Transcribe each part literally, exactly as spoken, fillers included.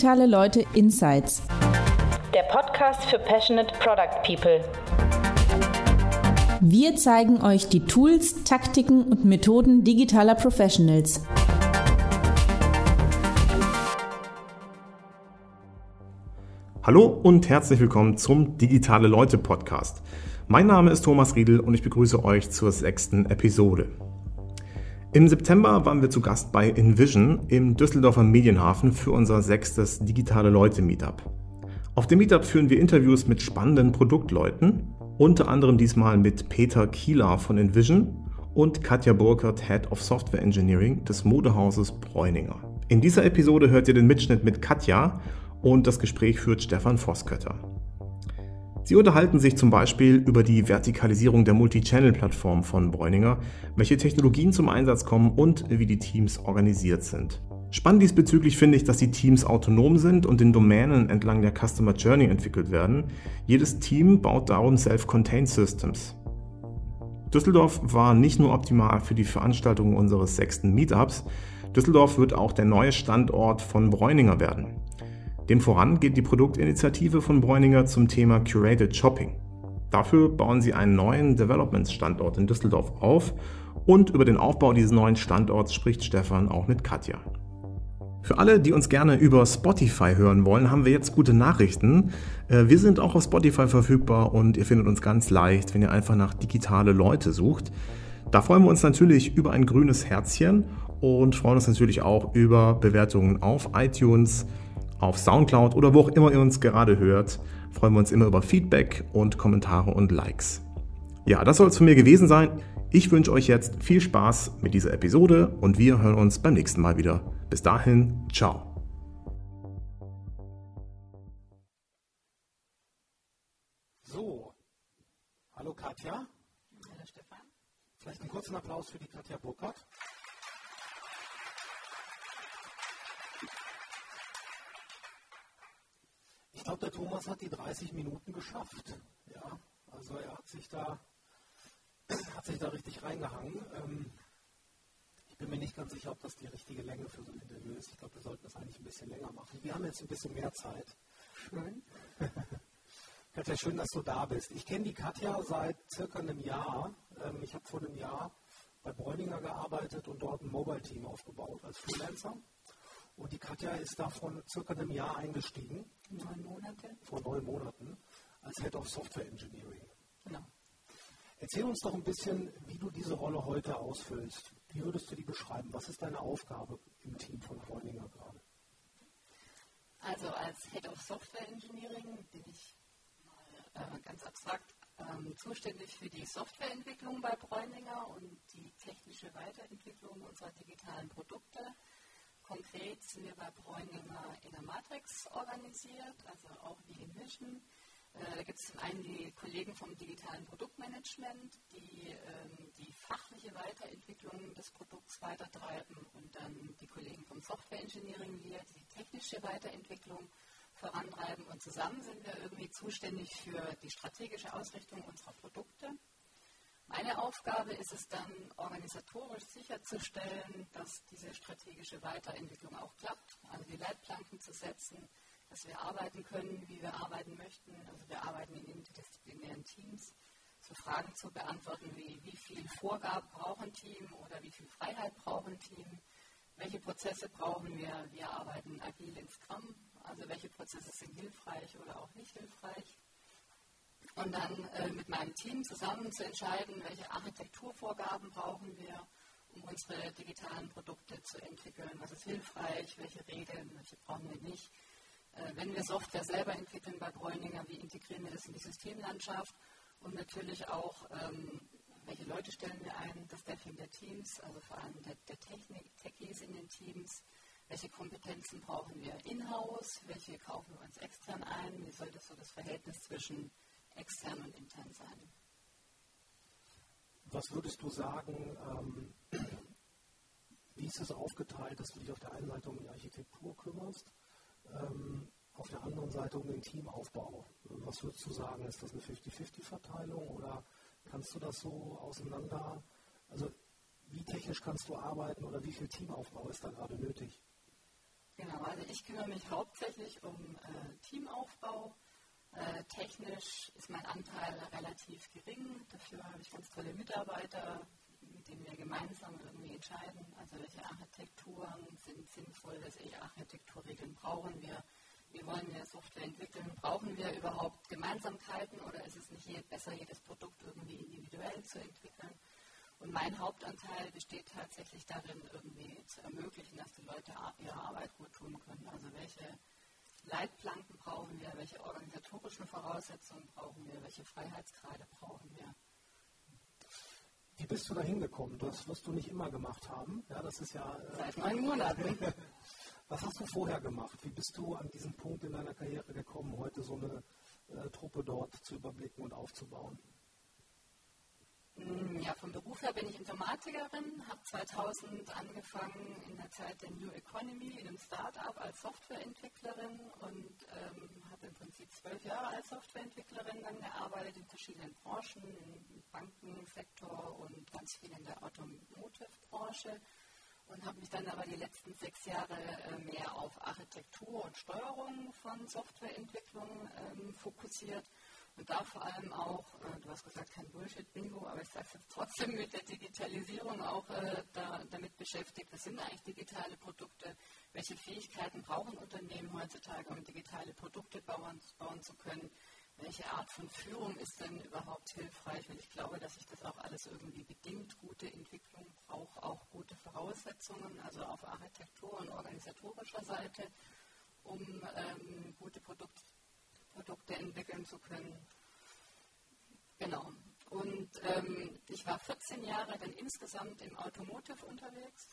Digitale Leute Insights. Der Podcast für Passionate Product People. Wir zeigen euch die Tools, Taktiken und Methoden digitaler Professionals. Hallo und herzlich willkommen zum Digitale Leute Podcast. Mein Name ist Thomas Riedl und ich begrüße euch zur sechsten Episode. Im September waren wir zu Gast bei InVision im Düsseldorfer Medienhafen für unser sechstes Digitale Leute Meetup. Auf dem Meetup führen wir Interviews mit spannenden Produktleuten, unter anderem diesmal mit Peter Kieler von InVision und Katja Burkert, Head of Software Engineering des Modehauses Breuninger. In dieser Episode hört ihr den Mitschnitt mit Katja und das Gespräch führt Stefan Voskötter. Sie unterhalten sich zum Beispiel über die Vertikalisierung der Multi-Channel-Plattform von Breuninger, welche Technologien zum Einsatz kommen und wie die Teams organisiert sind. Spannend diesbezüglich finde ich, dass die Teams autonom sind und in Domänen entlang der Customer Journey entwickelt werden. Jedes Team baut darum Self-Contained Systems. Düsseldorf war nicht nur optimal für die Veranstaltung unseres sechsten Meetups, Düsseldorf wird auch der neue Standort von Breuninger werden. Dem voran geht die Produktinitiative von Breuninger zum Thema Curated Shopping. Dafür bauen sie einen neuen Development-Standort in Düsseldorf auf und über den Aufbau dieses neuen Standorts spricht Stefan auch mit Katja. Für alle, die uns gerne über Spotify hören wollen, haben wir jetzt gute Nachrichten. Wir sind auch auf Spotify verfügbar und ihr findet uns ganz leicht, wenn ihr einfach nach digitale Leute sucht. Da freuen wir uns natürlich über ein grünes Herzchen und freuen uns natürlich auch über Bewertungen auf iTunes, auf Soundcloud oder wo auch immer ihr uns gerade hört, freuen wir uns immer über Feedback und Kommentare und Likes. Ja, das soll es von mir gewesen sein. Ich wünsche euch jetzt viel Spaß mit dieser Episode und wir hören uns beim nächsten Mal wieder. Bis dahin, ciao. So, hallo Katja. Hallo Stefan. Vielleicht einen kurzen Applaus für die Katja Burkert. Ich glaube, der Thomas hat die dreißig Minuten geschafft. Ja, also er hat sich da, hat sich da richtig reingehangen. Ähm, ich bin mir nicht ganz sicher, ob das die richtige Länge für so ein Interview ist. Ich glaube, wir sollten das eigentlich ein bisschen länger machen. Wir haben jetzt ein bisschen mehr Zeit. Schön. Katja, schön, dass du da bist. Ich kenne die Katja seit circa einem Jahr. Ähm, ich habe vor einem Jahr bei Breuninger gearbeitet und dort ein Mobile-Team aufgebaut als Freelancer. Und die Katja ist da vor circa einem Jahr eingestiegen. Neun Monate. Vor neun Monaten. Als Head of Software Engineering. Genau. Erzähl uns doch ein bisschen, wie du diese Rolle heute ausfüllst. Wie würdest du die beschreiben? Was ist deine Aufgabe im Team von Breuninger gerade? Also als Head of Software Engineering bin ich mal äh, ganz abstrakt ähm, zuständig für die Softwareentwicklung bei Breuninger und die technische Weiterentwicklung unserer digitalen Produkte. Konkret sind wir bei Breuninger in der Matrix organisiert, also auch wie InVision. Äh, da gibt es zum einen die Kollegen vom digitalen Produktmanagement, die ähm, die fachliche Weiterentwicklung des Produkts weitertreiben und dann die Kollegen vom Software Engineering hier, die die technische Weiterentwicklung vorantreiben. Und zusammen sind wir irgendwie zuständig für die strategische Ausrichtung unserer Produkte. Meine Aufgabe ist es dann, organisatorisch sicherzustellen, dass diese strategische Weiterentwicklung auch klappt, also die Leitplanken zu setzen, dass wir arbeiten können, wie wir arbeiten möchten. Also wir arbeiten in interdisziplinären Teams, so Fragen zu beantworten wie, wie viel Vorgaben braucht ein Team oder wie viel Freiheit braucht ein Team, welche Prozesse brauchen wir, wir arbeiten agil in Scrum, also welche Prozesse sind hilfreich oder auch nicht hilfreich. Und dann äh, mit meinem Team zusammen zu entscheiden, welche Architekturvorgaben brauchen wir, um unsere digitalen Produkte zu entwickeln. Was ist hilfreich, welche Regeln, welche brauchen wir nicht. Äh, wenn wir Software selber entwickeln bei Breuninger, wie integrieren wir das in die Systemlandschaft und natürlich auch, ähm, welche Leute stellen wir ein, das Staffing der Teams, also vor allem der, der Technik, Techies in den Teams. Welche Kompetenzen brauchen wir in-house, welche kaufen wir uns extern ein, wie soll das so das Verhältnis zwischen extern und intern sein. Was würdest du sagen, ähm, wie ist es aufgeteilt, dass du dich auf der einen Seite um die Architektur kümmerst, ähm, auf der anderen Seite um den Teamaufbau? Was würdest du sagen, ist das eine fünfzig fünfzig Verteilung oder kannst du das so auseinander, also wie technisch kannst du arbeiten oder wie viel Teamaufbau ist da gerade nötig? Genau, also ich kümmere mich hauptsächlich um äh, Teamaufbau. Äh, technisch ist mein Anteil relativ gering. Dafür habe ich ganz tolle Mitarbeiter, mit denen wir gemeinsam irgendwie entscheiden, also welche Architekturen sind sinnvoll, welche Architekturregeln brauchen wir, wie wollen wir Software entwickeln, brauchen wir überhaupt Gemeinsamkeiten oder ist es nicht je, besser, jedes Produkt irgendwie individuell zu entwickeln. Und mein Hauptanteil besteht tatsächlich darin, irgendwie zu ermöglichen, dass die Leute ihre Arbeit gut tun können. Also welche Leitplanken brauchen wir, welche organisatorischen Voraussetzungen brauchen wir, welche Freiheitsgrade brauchen wir. Wie bist du da hingekommen? Das wirst du nicht immer gemacht haben. Ja, das ist ja, äh, Seit neun Monaten. Was hast du vorher gemacht? Wie bist du an diesen Punkt in deiner Karriere gekommen, heute so eine äh, Truppe dort zu überblicken und aufzubauen? Ja, vom Beruf her bin ich Informatikerin, habe zweitausend angefangen in der Zeit der New Economy in einem Start-up als Softwareentwicklerin und ähm, habe im Prinzip zwölf Jahre als Softwareentwicklerin dann gearbeitet in verschiedenen Branchen, im Bankensektor und ganz viel in der Automotive-Branche und habe mich dann aber die letzten sechs Jahre äh, mehr auf Architektur und Steuerung von Softwareentwicklung ähm, fokussiert. Und da vor allem auch, äh, du hast gesagt, kein Bullshit-Bingo, aber ich sage es jetzt trotzdem mit der Digitalisierung auch äh, da, damit beschäftigt. Was sind eigentlich digitale Produkte? Welche Fähigkeiten brauchen Unternehmen heutzutage, um digitale Produkte bauen, bauen zu können? Welche Art von Führung ist denn überhaupt hilfreich? Weil ich glaube, dass sich das auch alles irgendwie bedingt. Gute Entwicklung braucht auch gute Voraussetzungen, also auf Architektur- und organisatorischer Seite, um ähm, gute Produkte Produkte entwickeln zu können. Genau. Und ähm, ich war vierzehn Jahre dann insgesamt im Automotive unterwegs.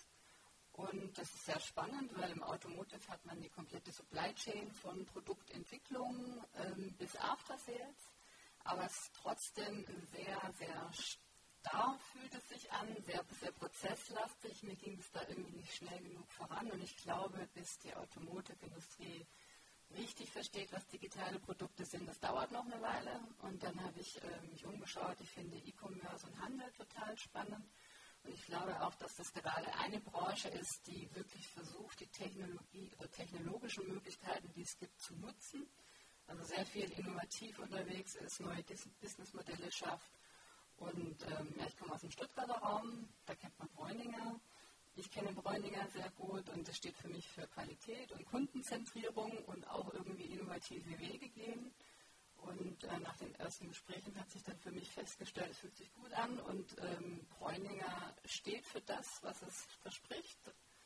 Und das ist sehr spannend, weil im Automotive hat man die komplette Supply Chain von Produktentwicklung ähm, bis After Sales. Aber es ist trotzdem sehr, sehr starr fühlt es sich an, sehr, sehr prozesslastig. Mir ging es da irgendwie nicht schnell genug voran. Und ich glaube, bis die Automotive-Industrie richtig versteht, was digitale Produkte sind, das dauert noch eine Weile. Und dann habe ich äh, mich umgeschaut. Ich finde E-Commerce und Handel total spannend. Und ich glaube auch, dass das gerade eine Branche ist, die wirklich versucht, die Technologie oder technologischen Möglichkeiten, die es gibt, zu nutzen. Also sehr viel innovativ unterwegs ist, neue Businessmodelle schafft. Und ähm, ja, ich komme aus dem Stuttgarter Raum, da kennt man Bräuninger. Ich kenne Bräuninger sehr gut und das steht für mich für Qualität und Kundenzentrierung und auch irgendwie innovative Wege gehen. Und äh, nach den ersten Gesprächen hat sich dann für mich festgestellt, es fühlt sich gut an und ähm, Bräuninger steht für das, was es verspricht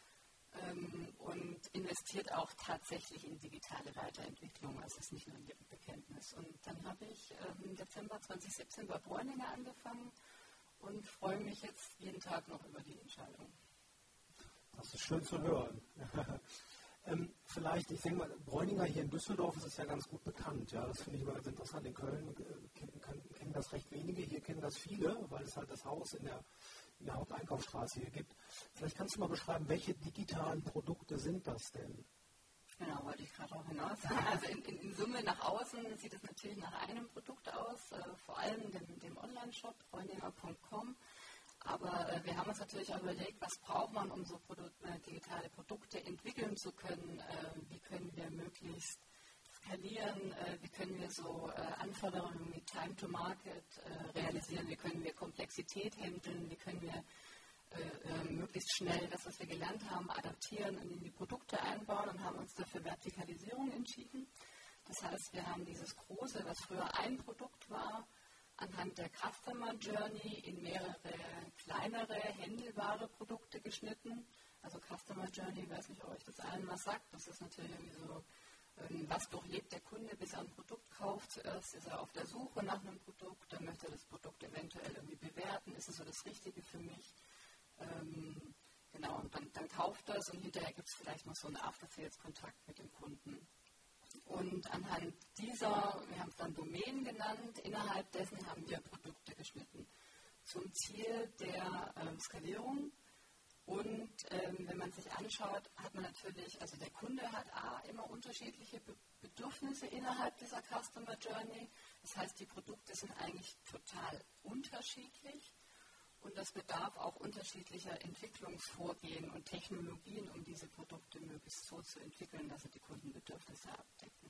ähm, und investiert auch tatsächlich in digitale Weiterentwicklung. Also es ist nicht nur ein Bekenntnis. Und dann habe ich ähm, im Dezember zweitausendsiebzehn bei Bräuninger angefangen und freue mich jetzt jeden Tag noch über die Entscheidung. Das ist schön zu hören. ähm, vielleicht, ich denke mal, Bräuninger hier in Düsseldorf ist es ja ganz gut bekannt. Ja, das finde ich immer ganz interessant. In Köln äh, kennen, kennen das recht wenige, hier kennen das viele, weil es halt das Haus in der, in der Haupteinkaufsstraße hier gibt. Vielleicht kannst du mal beschreiben, welche digitalen Produkte sind das denn? Genau, wollte ich gerade auch hinaus. Also in, in, in Summe nach außen sieht es natürlich nach einem Produkt aus, äh, vor allem dem, dem Online-Shop bräuninger punkt com. Aber äh, wir haben uns natürlich auch überlegt, was braucht man, um so Produ- äh, digitale Produkte entwickeln zu können. Äh, wie können wir möglichst skalieren? Äh, wie können wir so äh, Anforderungen wie Time to Market äh, realisieren? Wie können wir Komplexität handeln? Wie können wir äh, äh, möglichst schnell das, was wir gelernt haben, adaptieren und in die Produkte einbauen und haben uns dafür Vertikalisierung entschieden. Das heißt, wir haben dieses große, was früher ein Produkt war, anhand der Customer Journey in mehrere kleinere, händelbare Produkte geschnitten. Also Customer Journey, ich weiß nicht, ob euch das allen was sagt. Das ist natürlich irgendwie so, was durchlebt der Kunde, bis er ein Produkt kauft. Zuerst ist er auf der Suche nach einem Produkt, dann möchte er das Produkt eventuell irgendwie bewerten. Ist es so das Richtige für mich? Ähm, genau, und dann, dann kauft er es und hinterher gibt es vielleicht noch so einen After-Sales-Kontakt mit dem Kunden. Und anhand dieser, wir haben es dann Domänen genannt, innerhalb dessen haben wir Produkte geschnitten zum Ziel der ähm, Skalierung. Und ähm, wenn man sich anschaut, hat man natürlich, also der Kunde hat A, immer unterschiedliche Be- Bedürfnisse innerhalb dieser Customer Journey. Das heißt, die Produkte sind eigentlich total unterschiedlich. Und das bedarf auch unterschiedlicher Entwicklungsvorgehen und Technologien, um diese Produkte möglichst so zu entwickeln, dass sie die Kundenbedürfnisse abdecken.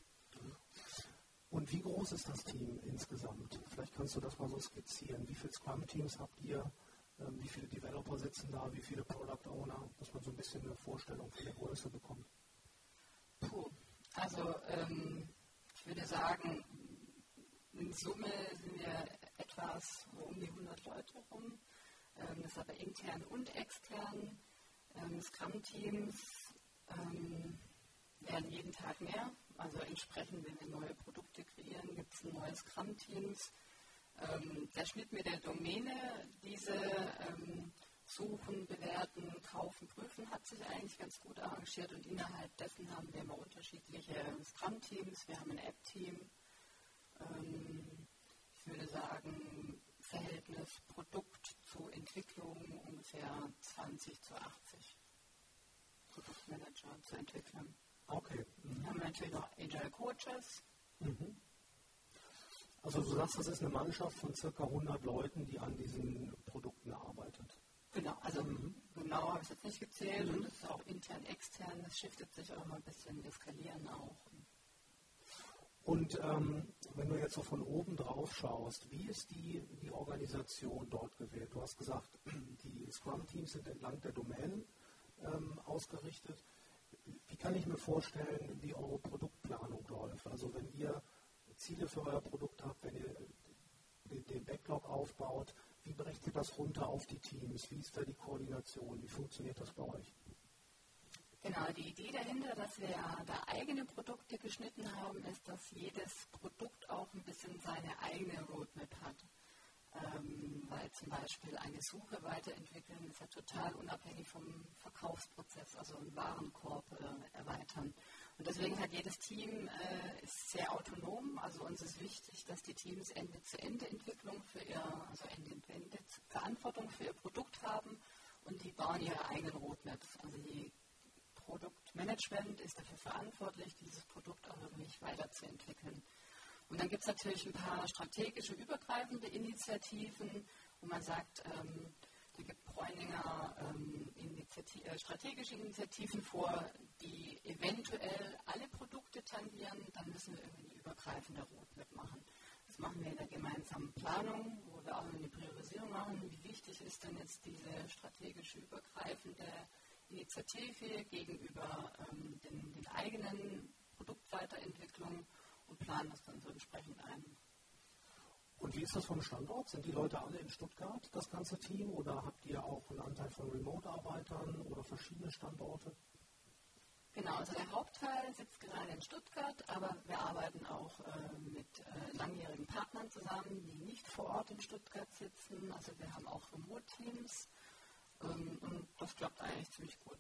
Und wie groß ist das Team insgesamt? Vielleicht kannst du das mal so skizzieren. Wie viele Scrum-Teams habt ihr? Wie viele Developer sitzen da? Wie viele Product Owner? Dass man so ein bisschen eine Vorstellung von der Größe bekommt. Puh, also ähm, ich würde sagen, in Summe sind wir etwas um die hundert Leute rum. Ähm, das ist aber intern und extern. Ähm, Scrum-Teams ähm, werden jeden Tag mehr. Also entsprechend, wenn wir neue Produkte kreieren, gibt es neue Scrum-Teams. Ähm, der Schnitt mit der Domäne, diese ähm, Suchen, Bewerten, Kaufen, Prüfen, hat sich eigentlich ganz gut arrangiert. Und innerhalb dessen haben wir immer unterschiedliche Scrum-Teams. Wir haben ein App-Team. Ähm, ich würde sagen, Verhältnis Produkt zu Entwicklung ungefähr zwanzig zu achtzig. Produktmanager zu entwickeln. Okay. Mhm. Wir haben natürlich noch Agile Coaches. Mhm. Also du sagst, das ist eine Mannschaft von circa hundert Leuten, die an diesen Produkten arbeitet. Genau, also mhm. genau habe ich jetzt nicht gezählt mhm. und das ist auch intern, extern, das shiftet sich auch mal ein bisschen, wir skalieren auch. Und ähm, wenn du jetzt so von oben drauf schaust, wie ist die, die Organisation dort gewählt? Du hast gesagt, die Scrum-Teams sind entlang der Domänen ähm, ausgerichtet. Wie kann ich mir vorstellen, wie eure Produktplanung läuft? Also wenn ihr Ziele für euer Produkt habt, wenn ihr den Backlog aufbaut, wie brecht ihr das runter auf die Teams? Wie ist da die Koordination? Wie funktioniert das bei euch? Genau, die Idee dahinter, dass wir da eigene Produkte geschnitten haben, ist, dass jedes Produkt auch ein bisschen seine eigene Roadmap hat. Ähm, weil zum Beispiel eine Suche weiterentwickeln ist ja total unabhängig vom Verkaufsprozess, also einen Warenkorb äh, erweitern. Und deswegen hat jedes Team äh, ist sehr autonom. Also uns ist wichtig, dass die Teams Ende-zu-Ende-Entwicklung für ihr, also Ende-zu-Ende-Verantwortung für ihr Produkt haben und die bauen ihre eigenen Roadmaps. Also die Produktmanagement ist dafür verantwortlich, dieses Produkt auch wirklich weiterzuentwickeln. Und dann gibt es natürlich ein paar strategische, übergreifende Initiativen, wo man sagt, ähm, da gibt Bräuninger ähm, Initiativ- äh, strategische Initiativen vor, die eventuell alle Produkte tangieren. Dann müssen wir irgendwie eine übergreifende Roadmap machen. Das machen wir in der gemeinsamen Planung, wo wir auch eine Priorisierung machen. Wie wichtig ist denn jetzt diese strategische, übergreifende Initiative gegenüber ähm, den, den eigenen Produktweiterentwicklungen und planen das dann so entsprechend ein. Und wie ist das vom Standort? Sind die Leute alle in Stuttgart, das ganze Team, oder habt ihr auch einen Anteil von Remote-Arbeitern oder verschiedene Standorte? Genau, also der Hauptteil sitzt gerade in Stuttgart, aber wir arbeiten auch äh, mit äh, langjährigen Partnern zusammen, die nicht vor Ort in Stuttgart sitzen. Also wir haben auch Remote-Teams ähm, und das klappt eigentlich ziemlich gut.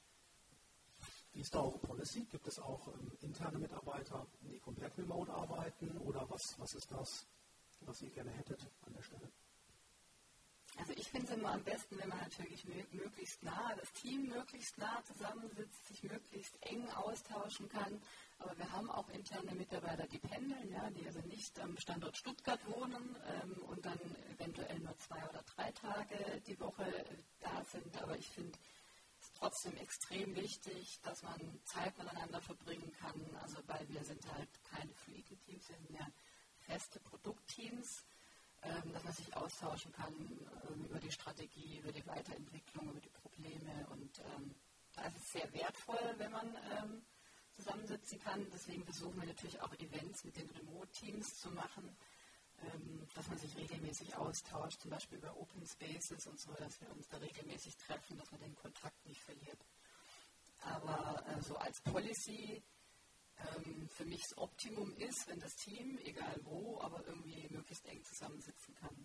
Wie ist da eure Policy? Gibt es auch ähm, interne Mitarbeiter, die komplett remote arbeiten, oder was, was ist das, was ihr gerne hättet an der Stelle? Also ich finde es immer am besten, wenn man natürlich möglichst nah, das Team möglichst nah zusammensitzt, sich möglichst eng austauschen kann. Aber wir haben auch interne Mitarbeiter, die pendeln, ja, die also nicht am Standort Stuttgart wohnen ähm, und dann eventuell nur zwei oder drei Tage die Woche da sind. Aber ich finde es trotzdem extrem wichtig, dass man Zeit miteinander verbringen kann. Also weil wir sind halt keine fluiden Teams, wir sind mehr feste Produktteams, ähm, dass man sich austauschen kann ähm, über die Strategie, über die Weiterentwicklung, über die Probleme. Und ähm, da ist es sehr wertvoll, wenn man ähm, zusammensitzen kann. Deswegen versuchen wir natürlich auch Events mit den Remote-Teams zu machen, ähm, dass man sich regelmäßig austauscht, zum Beispiel über Open Spaces und so, dass wir uns da regelmäßig treffen, dass man den Kontakt nicht verliert. Aber äh, so als Policy ähm, für mich das Optimum ist, wenn das Team, egal wo, aber irgendwie möglichst eng zusammensitzen kann.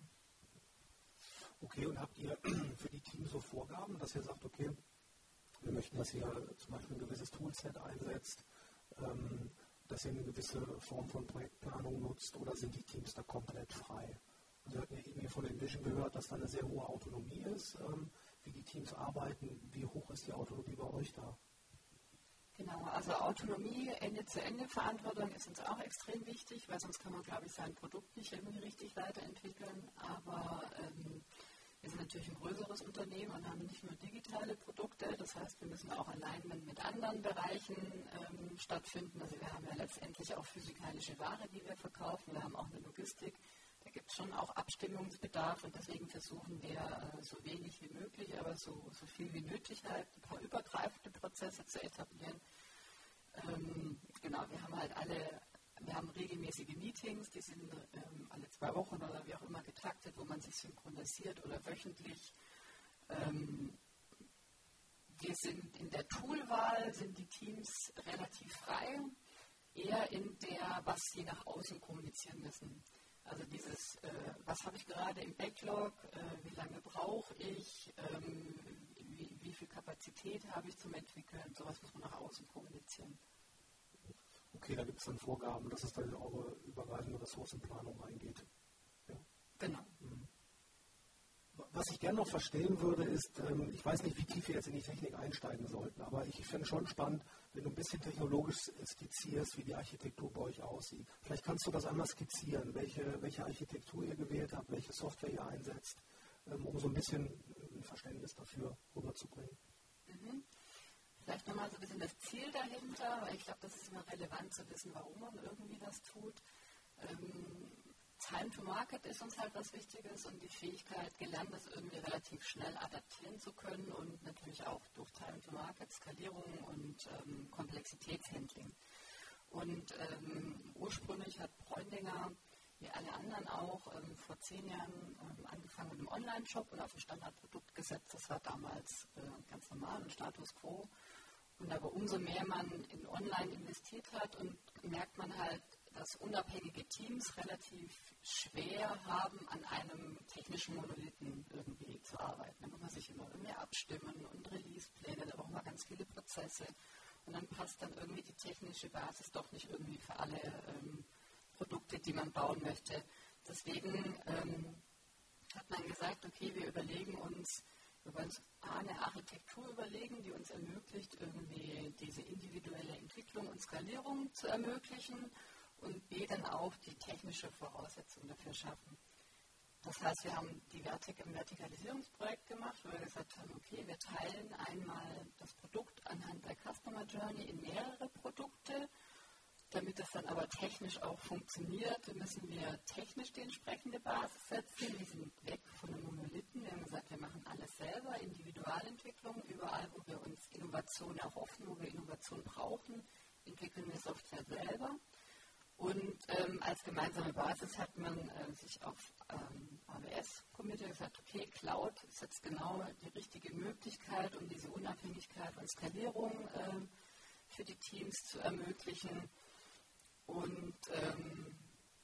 Okay, und habt ihr für die Teams so Vorgaben, dass ihr sagt, okay, wir möchten, dass ihr zum Beispiel ein gewisses Toolset einsetzt, ähm, dass ihr eine gewisse Form von Projektplanung nutzt, oder sind die Teams da komplett frei? Also wir hatten ja eben von Envision gehört, dass da eine sehr hohe Autonomie ist, ähm, wie die Teams arbeiten. Wie hoch ist die Autonomie bei euch da? Genau, also Autonomie, Ende-zu-Ende-Verantwortung ist uns auch extrem wichtig, weil sonst kann man, glaube ich, sein Produkt nicht irgendwie richtig weiterentwickeln. Aber ähm, wir sind natürlich ein größeres Unternehmen und haben nicht nur digitale Produkte, das heißt, wir müssen auch Alignment mit anderen Bereichen ähm, stattfinden. Also wir haben ja letztendlich auch physikalische Ware, die wir verkaufen, wir haben auch eine Logistik. Da gibt es schon auch Abstimmungsbedarf und deswegen versuchen wir äh, so wenig wie möglich, aber so, so viel wie nötig halt ein paar übergreifende Prozesse zu etablieren. Ähm, genau, wir haben halt alle, wir haben regelmäßige Meetings, die sind ähm, alle zwei Wochen oder wie auch immer getaktet, wo man sich synchronisiert oder wöchentlich. Ähm, wir sind in der Toolwahl, sind die Teams relativ frei, eher in der, was sie nach außen kommunizieren müssen. Also dieses, äh, was habe ich gerade im Backlog, äh, wie lange brauche ich, ähm, wie, wie viel Kapazität habe ich zum Entwickeln, sowas muss man nach außen kommunizieren. Okay, da gibt es dann Vorgaben, dass es dann in eure übergreifende Ressourcenplanung reingeht. Ja. Genau. Mhm. Was ich gerne noch verstehen würde, ist, ähm, ich weiß nicht, wie tief wir jetzt in die Technik einsteigen sollten, aber ich finde schon spannend, wenn du ein bisschen technologisch skizzierst, wie die Architektur bei euch aussieht. Vielleicht kannst du das einmal skizzieren, welche, welche Architektur ihr gewählt habt, welche Software ihr einsetzt, ähm, um so ein bisschen ein Verständnis dafür rüberzubringen. Mhm. Vielleicht nochmal so ein bisschen das Ziel dahinter, weil ich glaube, das ist immer relevant zu wissen, warum man irgendwie das tut. Ähm, Time to Market ist uns halt was Wichtiges und die Fähigkeit, Gelerntes irgendwie relativ schnell adaptieren zu können und natürlich auch durch Time to Market, Skalierung und ähm, Komplexitätshandling. Und ähm, ursprünglich hat Bräundinger, wie alle anderen auch, ähm, vor zehn Jahren ähm, angefangen mit einem Online-Shop und auf ein Standardprodukt gesetzt. Das war damals äh, ganz normal und Status Quo. Und aber umso mehr man in Online investiert hat und merkt man halt, dass unabhängige Teams relativ schwer haben, an einem technischen Monolithen irgendwie zu arbeiten. Da muss man sich immer mehr abstimmen und Release-Pläne, da braucht man ganz viele Prozesse. Und dann passt dann irgendwie die technische Basis doch nicht irgendwie für alle ähm, Produkte, die man bauen möchte. Deswegen ähm, hat man gesagt, okay, wir überlegen uns, wir wollen uns A, eine Architektur überlegen, die uns ermöglicht, irgendwie diese individuelle Entwicklung und Skalierung zu ermöglichen und B, dann auch die technische Voraussetzung dafür schaffen. Das heißt, wir haben die Vertik im Vertikalisierungsprojekt gemacht, wo wir gesagt haben, okay, wir teilen einmal das Produkt anhand der Customer Journey in mehrere Produkte. Damit das dann aber technisch auch funktioniert, müssen wir technisch die entsprechende Basis setzen. Wir sind weg von einem Monolithen. Wir haben gesagt, wir machen alles selber, Individualentwicklung. Überall, wo wir uns Innovation erhoffen, wo wir Innovation brauchen, entwickeln wir Software selber. Und ähm, als gemeinsame Basis hat man äh, sich auf ähm, A W S committed und gesagt, okay, Cloud ist jetzt genau die richtige Möglichkeit, um diese Unabhängigkeit und Skalierung äh, für die Teams zu ermöglichen. Und ähm,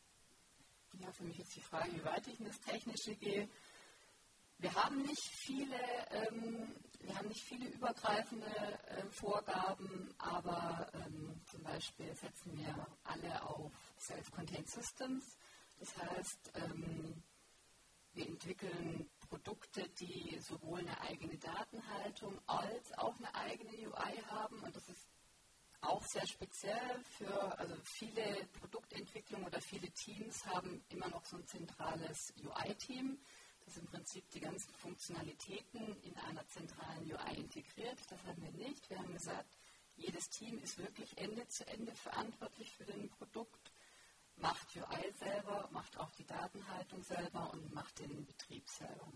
ja, für mich ist die Frage, wie weit ich in das Technische gehe. Wir haben nicht viele, ähm, wir haben nicht viele übergreifende äh, Vorgaben, aber ähm, zum Beispiel setzen wir alle auf Self-Contained Systems. Das heißt, ähm, wir entwickeln Produkte, die sowohl eine eigene Datenhaltung als auch eine eigene U I haben. Und das ist auch sehr speziell für, also viele Produktentwicklungen oder viele Teams haben immer noch so ein zentrales U I-Team. Das im Prinzip die ganzen Funktionalitäten in einer zentralen U I integriert. Das haben wir nicht. Wir haben gesagt, jedes Team ist wirklich Ende zu Ende verantwortlich für ein Produkt, macht U I selber, macht auch die Datenhaltung selber und macht den Betrieb selber.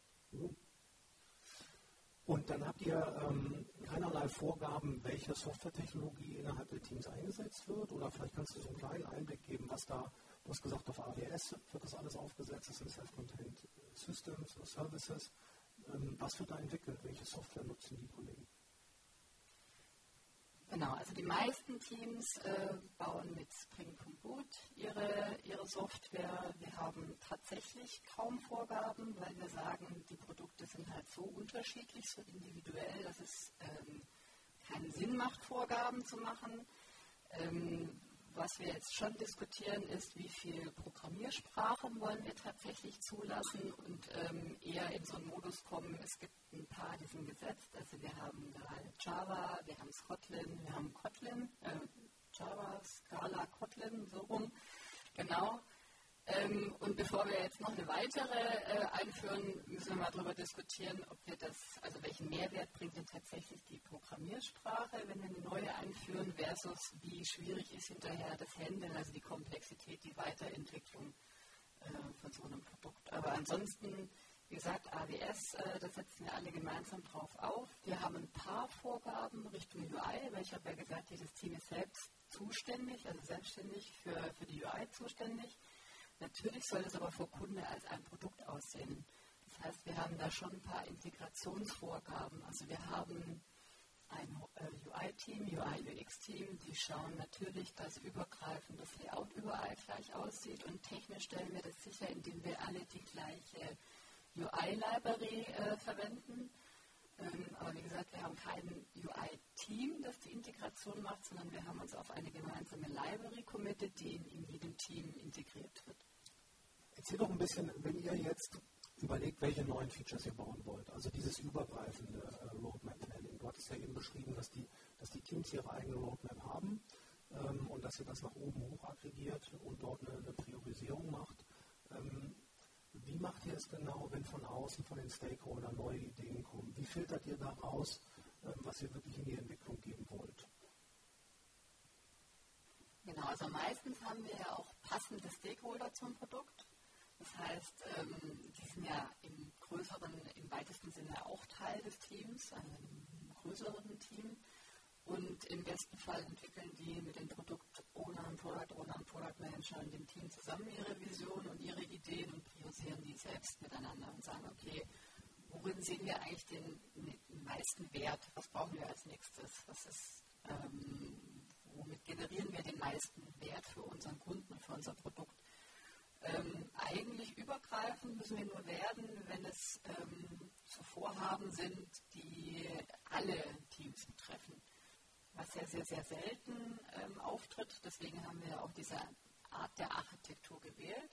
Und dann habt ihr ähm, keinerlei Vorgaben, welche Softwaretechnologie innerhalb der Teams eingesetzt wird? Oder vielleicht kannst du so einen kleinen Einblick geben, was da, du hast gesagt, auf A W S wird das alles aufgesetzt, das sind Self-Contained Systems, Services. Ähm, was wird da entwickelt? Welche Software nutzen die Kollegen? Genau, also die meisten Teams äh, bauen mit Spring Boot ihre, ihre Software. Wir haben tatsächlich kaum Vorgaben, weil wir sagen, die Produkte sind halt so unterschiedlich, so individuell, dass es ähm, keinen Sinn macht, Vorgaben zu machen. Ähm, was wir jetzt schon diskutieren, ist, wie viele Programmiersprachen wollen wir tatsächlich zulassen und ähm, eher in so einen Modus kommen. Es gibt ein paar, die sind gesetzt. Also wir haben da Java, wir haben Kotlin, wir haben Kotlin, äh, Java, Scala, Kotlin, so rum. Genau. Ähm, und bevor wir jetzt noch eine weitere äh, einführen, müssen wir mal darüber diskutieren, ob wir das, also welchen Mehrwert bringt denn tatsächlich die Programmiersprache, wenn wir eine neue einführen, versus wie schwierig ist hinterher das Handeln, also die Komplexität, die Weiterentwicklung äh, von so einem Produkt. Aber ansonsten, wie gesagt, A W S, äh, da setzen wir alle gemeinsam drauf auf. Wir haben ein paar Vorgaben Richtung U I, weil ich habe ja gesagt, jedes Team ist selbst zuständig, also selbstständig für, für die U I zuständig. Natürlich soll es aber vor Kunde als ein Produkt aussehen. Das heißt, wir haben da schon ein paar Integrationsvorgaben. Also wir haben ein äh, U I-Team, U I-U X-Team, die schauen natürlich, dass übergreifend das Layout überall gleich aussieht. Und technisch stellen wir das sicher, indem wir alle die gleiche U I-Library äh, verwenden. Ähm, aber wie gesagt, wir haben kein U I-Team, das die Integration macht, sondern wir haben uns auf eine gemeinsame Library committed, die in, in jedem Team integriert wird. Erzähl doch ein bisschen, wenn ihr jetzt überlegt, welche neuen Features ihr bauen wollt, also dieses übergreifende äh, Roadmap-Planning. Du hattest ja eben beschrieben, dass die, dass die Teams ihre eigene Roadmap haben ähm, und dass ihr das nach oben hoch aggregiert und dort eine, eine Priorisierung macht. Ähm, wie macht ihr es genau, wenn von außen, von den Stakeholdern neue Ideen kommen? Wie filtert ihr da raus, ähm, was ihr wirklich in die Entwicklung geben wollt? Genau, also meistens haben wir ja auch passende Stakeholder zum Produkt. Das heißt, ähm, die sind ja im größeren, im weitesten Sinne auch Teil des Teams, also im größeren Team. Und im besten Fall entwickeln die mit den Produkt-Ownern, Product-Ownern, Product-Managern, dem Team zusammen ihre Vision und ihre Ideen und priorisieren die selbst miteinander und sagen, okay, worin sehen wir eigentlich den, den meisten Wert? Was brauchen wir als nächstes? Was ist, ähm, womit generieren wir den meisten Wert für unseren Kunden und für unser Produkt? Ähm, eigentlich übergreifend müssen wir nur werden, wenn es ähm, so Vorhaben sind, die alle Teams betreffen. Was ja sehr, sehr selten ähm, auftritt. Deswegen haben wir auch diese Art der Architektur gewählt.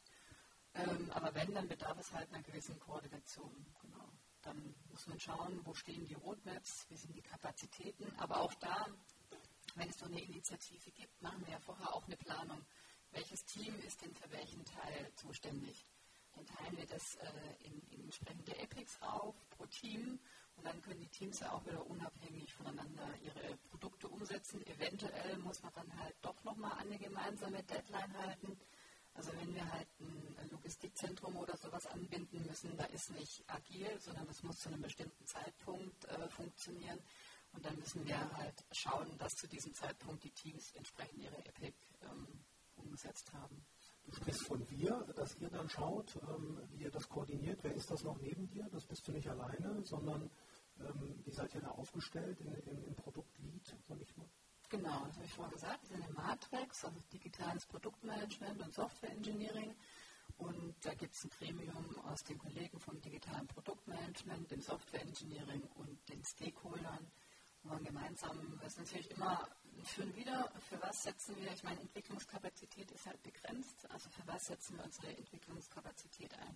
Ähm, aber wenn, dann bedarf es halt einer gewissen Koordination. Genau. Dann muss man schauen, wo stehen die Roadmaps, wie sind die Kapazitäten. Aber auch da, wenn es so eine Initiative gibt, machen wir ja vorher auch eine Planung. Welches Team ist denn für welchen Teil zuständig? Dann teilen wir das äh, in, in entsprechende Epics auf pro Team und dann können die Teams ja auch wieder unabhängig voneinander ihre Produkte umsetzen. Eventuell muss man dann halt doch nochmal eine gemeinsame Deadline halten. Also wenn wir halt ein Logistikzentrum oder sowas anbinden müssen, da ist nicht agil, sondern das muss zu einem bestimmten Zeitpunkt äh, funktionieren. Und dann müssen wir halt schauen, dass zu diesem Zeitpunkt die Teams entsprechend ihre Epic ähm, umgesetzt haben. Du sprichst von wir, dass ihr dann schaut, ähm, wie ihr das koordiniert. Wer ist das noch neben dir? Das bist du nicht alleine, sondern ähm, wie seid ihr da aufgestellt in, in, im Produktlead, sag ich mal? Genau, das habe ich vorher gesagt. Wir sind eine Matrix, also digitales Produktmanagement und Software Engineering. Und da gibt es ein Gremium aus den Kollegen vom digitalen Produktmanagement, dem Software Engineering und den Stakeholdern. Und wir gemeinsam, das ist natürlich immer für und wieder, für was setzen wir, ich meine, Entwicklungskapazität ist halt begrenzt, also für was setzen wir unsere Entwicklungskapazität ein?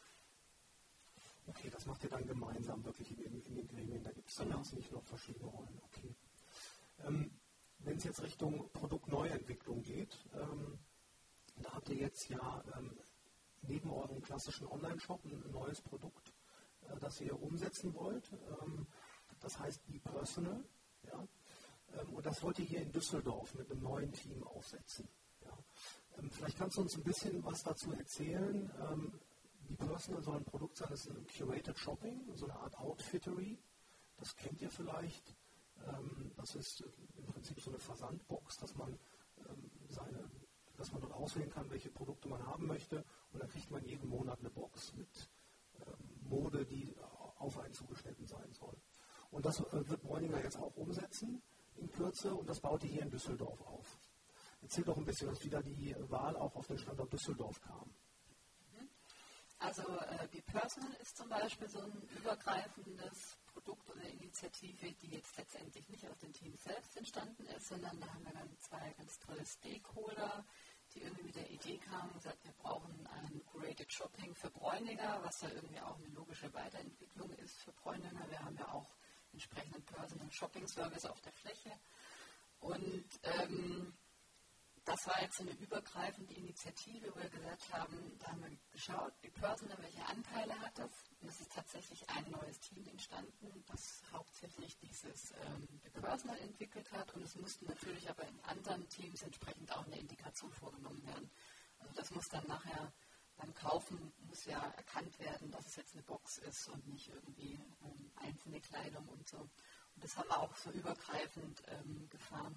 Okay, das macht ihr dann gemeinsam wirklich in, in, in den Gremien, da gibt es dann genau. Nicht noch verschiedene Rollen. Okay. Ähm, wenn es jetzt Richtung Produktneuentwicklung geht, ähm, da habt ihr jetzt ja ähm, neben eurem klassischen Online-Shop ein neues Produkt, äh, das ihr umsetzen wollt. Ähm, das heißt Be Personal. Ja? Ähm, und das wollt ihr hier in Düsseldorf mit einem neuen Team aufsetzen. Ja? Ähm, vielleicht kannst du uns ein bisschen was dazu erzählen. Ähm, Be Personal soll ein Produkt sein, das ist ein Curated Shopping, so eine Art Outfittery. Das kennt ihr vielleicht. Ähm, das ist im Prinzip so eine Versandbox, dass man ähm, seine dass man dort auswählen kann, welche Produkte man haben möchte. Und dann kriegt man jeden Monat eine Box mit ähm, Mode, die auf einen zugeschnitten sein soll. Und das äh, wird Bräuninger jetzt auch umsetzen in Kürze und das baut ihr hier in Düsseldorf auf. Erzähl doch ein bisschen, wie da die Wahl auch auf den Standort Düsseldorf kam. Also äh, Be Personal ist zum Beispiel so ein übergreifendes Produkt oder Initiative, die jetzt letztendlich nicht aus dem Team selbst entstanden ist, sondern da haben wir dann zwei ganz tolle Stakeholder, die irgendwie mit der Idee kamen und gesagt, wir brauchen ein Curated Shopping für Bräuninger, was ja irgendwie auch eine logische Weiterentwicklung ist für Bräuninger. Wir haben ja auch entsprechenden Personal Shopping Service auf der Fläche. Und ähm, das war jetzt eine übergreifende Initiative, wo wir gesagt haben, da haben wir geschaut, wie Personal, welche Anteile hat das. Und es ist tatsächlich ein neues Team entstanden, das hauptsächlich dieses ähm, Personal entwickelt hat. Und es musste natürlich aber in anderen Teams entsprechend auch eine Integration vorgenommen werden. Also das muss dann nachher beim Kaufen, muss ja erkannt werden, dass es jetzt eine Box ist und nicht irgendwie ähm, einzelne Kleidung und so. Und das haben wir auch so übergreifend ähm, gefahren.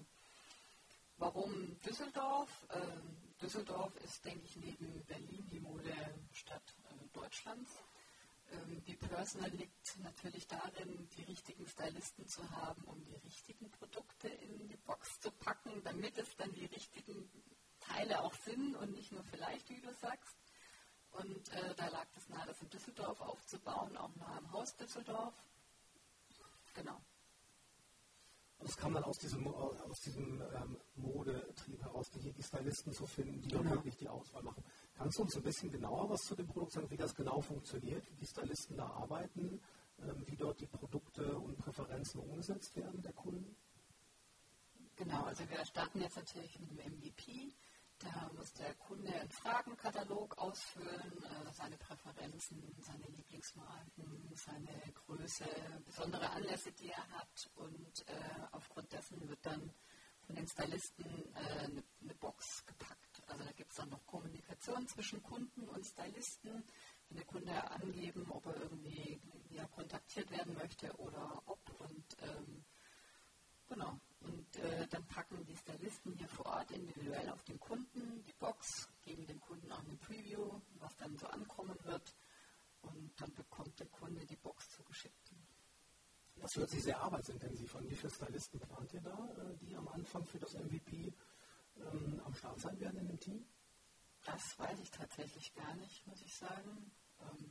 Warum Düsseldorf? Ähm, Düsseldorf ist, denke ich, neben Berlin die Modestadt äh, Deutschlands. Ähm, die Personal liegt natürlich darin, die richtigen Stylisten zu haben, um die richtigen Produkte in die Box zu packen, damit es dann die richtigen Teile auch sind und nicht nur vielleicht, wie du sagst. Und äh, da lag es nahe, das in Düsseldorf aufzubauen, auch nahe am Haus Düsseldorf. Genau. Und es kam dann aus diesem, aus diesem ähm, Modetrieb heraus, die, die Stylisten zu finden, die dann genau. wirklich die Auswahl machen. Kannst du uns ein bisschen genauer was zu dem Produkt sagen, wie das genau funktioniert, wie die Stylisten da arbeiten, ähm, wie dort die Produkte und Präferenzen umgesetzt werden der Kunden? Genau, also wir starten jetzt natürlich mit dem M V P. Da muss der Kunde einen Fragenkatalog ausfüllen, äh, seine Präferenzen, seine Lieblingsmarken, seine Größe, besondere Anlässe, die er hat. Und äh, aufgrund dessen wird dann von den Stylisten äh, eine, eine Box gepackt. Also da gibt es dann noch Kommunikation zwischen Kunden und Stylisten. Wenn der Kunde angeben, ob er irgendwie ja, kontaktiert werden möchte oder ob. Und ähm, genau. Und äh, dann packen die Stylisten hier vor Ort individuell auf den Kunden die Box, geben dem Kunden auch eine Preview, was dann so ankommen wird. Und dann bekommt der Kunde die Box zugeschickt. Das hört sich sehr arbeitsintensiv an. Wie viele Stylisten plant ihr da, die am Anfang für das M V P ähm, am Start sein werden in dem Team? Das weiß ich tatsächlich gar nicht, muss ich sagen. Ähm,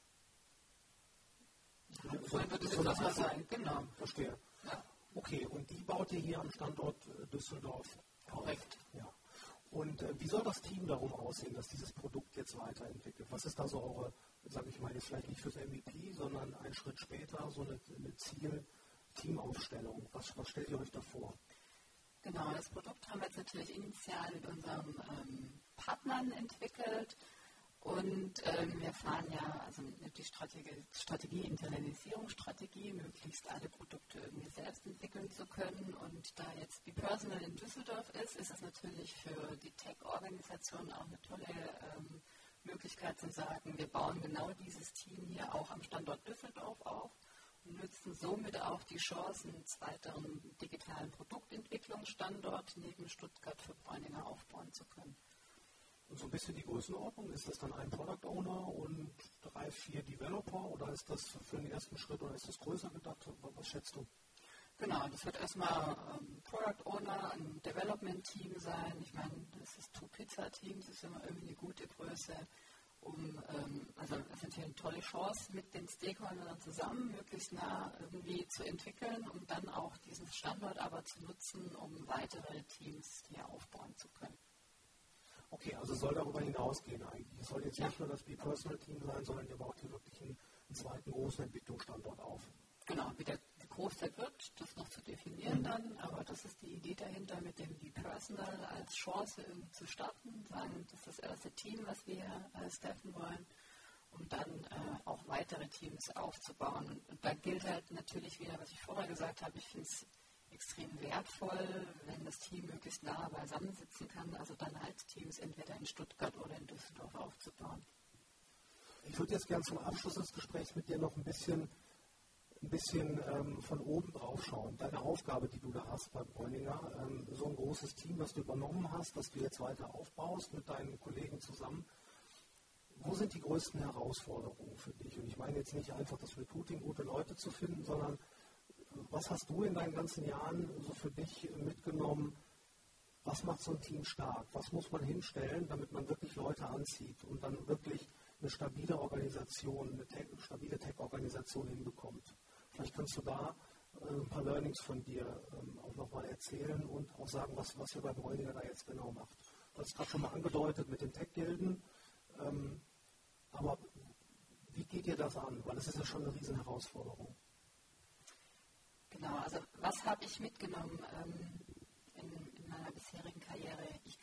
ja, so, so wird es so jetzt mal sein. Genau. Verstehe. Ja. Okay, und die baut ihr hier am Standort Düsseldorf auf? Korrekt. Ja. Und äh, wie soll das Team darum aussehen, dass dieses Produkt jetzt weiterentwickelt? Was ist da so eure, sage ich mal, jetzt vielleicht nicht fürs M V P, sondern einen Schritt später so eine, eine Ziel-Teamaufstellung? Was, was stellt ihr euch da vor? Genau, das Produkt haben wir jetzt natürlich initial mit unseren ähm, Partnern entwickelt. Und ähm, wir fahren ja also die Strategie, Strategie, Internalisierungsstrategie, möglichst alle Produkte irgendwie selbst entwickeln zu können. Und da jetzt die Personal in Düsseldorf ist, ist es natürlich für die Tech-Organisation auch eine tolle ähm, Möglichkeit zu sagen, wir bauen genau dieses Team hier auch am Standort Düsseldorf auf und nutzen somit auch die Chancen, einen weiteren digitalen Produktentwicklungsstandort neben Stuttgart für Bräuninger aufbauen zu können. Und so ein bisschen die Größenordnung, ist das dann ein Product Owner und drei, vier Developer oder ist das für den ersten Schritt oder ist das größer gedacht? Was schätzt du? Genau, das wird erstmal ähm, Product Owner, ein Development Team sein. Ich meine, das ist Two-Pizza-Team, das ist immer irgendwie eine gute Größe. Um, ähm, also es ist natürlich eine tolle Chance, mit den Stakeholdern zusammen möglichst nah irgendwie zu entwickeln, um dann auch diesen Standort aber zu nutzen, um weitere Teams hier aufbauen zu können. Okay, also soll darüber hinausgehen eigentlich. Es soll jetzt ja. nicht nur das Be-Personal-Team sein, sondern ihr baut hier wirklich einen, einen zweiten großen Entwicklungsstandort auf. Genau, wie der groß der wird, das noch zu definieren mhm. dann, aber das ist die Idee dahinter, mit dem Be-Personal als Chance irgendwie zu starten, sagen, das ist das erste Team, was wir äh, staffen wollen, um dann äh, auch weitere Teams aufzubauen. Und, und da gilt halt natürlich wieder, was ich vorher gesagt habe, ich finde es extrem wertvoll, wenn das Team möglichst nah beisammensitzen kann, also dann halt Teams entweder in Stuttgart oder in Düsseldorf aufzubauen. Ich würde jetzt gerne zum Abschluss des Gesprächs mit dir noch ein bisschen, ein bisschen ähm, von oben drauf schauen. Deine Aufgabe, die du da hast bei Bräuninger, ähm, so ein großes Team, das du übernommen hast, das du jetzt weiter aufbaust mit deinen Kollegen zusammen. Wo sind die größten Herausforderungen für dich? Und ich meine jetzt nicht einfach das Recruiting, gute Leute zu finden, sondern was hast du in deinen ganzen Jahren so für dich mitgenommen? Was macht so ein Team stark? Was muss man hinstellen, damit man wirklich Leute anzieht und dann wirklich eine stabile Organisation, eine Tech, stabile Tech-Organisation hinbekommt? Vielleicht kannst du da äh, ein paar Learnings von dir ähm, auch nochmal erzählen und auch sagen, was, was ihr bei Bräuninger da jetzt genau macht. Du hast es gerade schon mal angedeutet mit den Tech-Gilden, ähm, aber wie geht ihr das an? Weil das ist ja schon eine riesen Herausforderung. Genau, also was habe ich mitgenommen ähm, in, in meiner bisherigen Karriere? Ich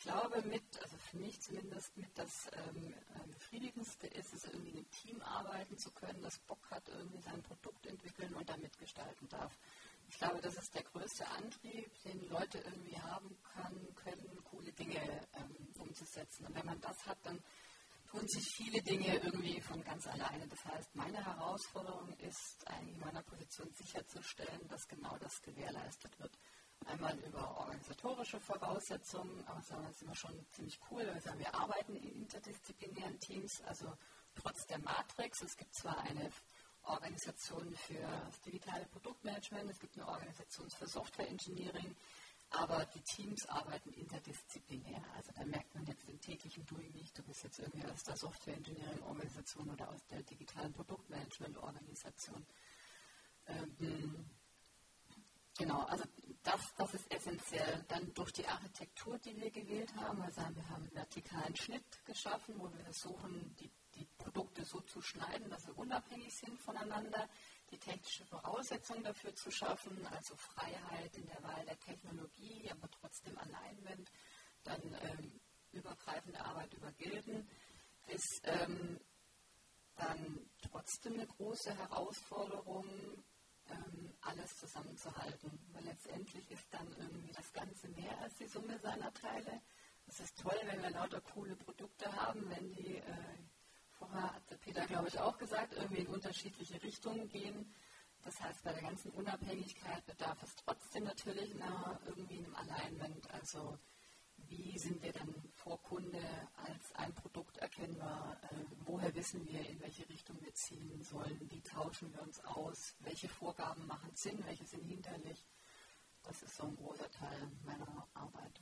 glaube mit, also für mich zumindest mit das ähm, Befriedigendste ist es, irgendwie in einem Team arbeiten zu können, das Bock hat, irgendwie sein Produkt entwickeln und damit gestalten darf. Ich glaube, das ist der größte Antrieb, den Leute irgendwie haben kann, können, coole Dinge ähm, umzusetzen. Und wenn man das hat, dann tun sich viele Dinge irgendwie von ganz alleine. Das heißt, meine Herausforderung ist eigentlich in meiner Position sicherzustellen, dass genau das gewährleistet wird. Einmal über organisatorische Voraussetzungen, aber sagen wir, das ist immer schon ziemlich cool, weil wir sagen, wir arbeiten in interdisziplinären Teams, also trotz der Matrix. Es gibt zwar eine Organisation für das digitale Produktmanagement, es gibt eine Organisation für Software Engineering, aber die Teams arbeiten interdisziplinär. Also da merkt man jetzt im täglichen Doing nicht, du bist jetzt irgendwie aus der Software Engineering Organisation oder aus der digitalen Produktmanagement Organisation. Ähm, genau, also das, das ist essentiell. Dann durch die Architektur, die wir gewählt haben, also wir haben einen vertikalen Schnitt geschaffen, wo wir versuchen, die, die Produkte so zu schneiden, dass sie unabhängig sind voneinander, die technische Voraussetzung dafür zu schaffen, also Freiheit in der Wahl der Technologie, aber trotzdem Alignment, dann ähm, übergreifende Arbeit über Gilden, ist ähm, dann trotzdem eine große Herausforderung, ähm, alles zusammenzuhalten, weil letztendlich ist dann irgendwie das Ganze mehr als die Summe seiner Teile. Es ist toll, wenn wir lauter coole Produkte haben, wenn die äh, vorher hat der Peter, glaube ich, auch gesagt, irgendwie in unterschiedliche Richtungen gehen. Das heißt, bei der ganzen Unabhängigkeit bedarf es trotzdem natürlich nach irgendwie einem Alignment. Also wie sind wir dann vor Kunde als ein Produkt erkennbar? Äh, woher wissen wir, in welche Richtung wir ziehen sollen? Wie tauschen wir uns aus? Welche Vorgaben machen Sinn? Welche sind hinderlich? Das ist so ein großer Teil meiner Arbeit.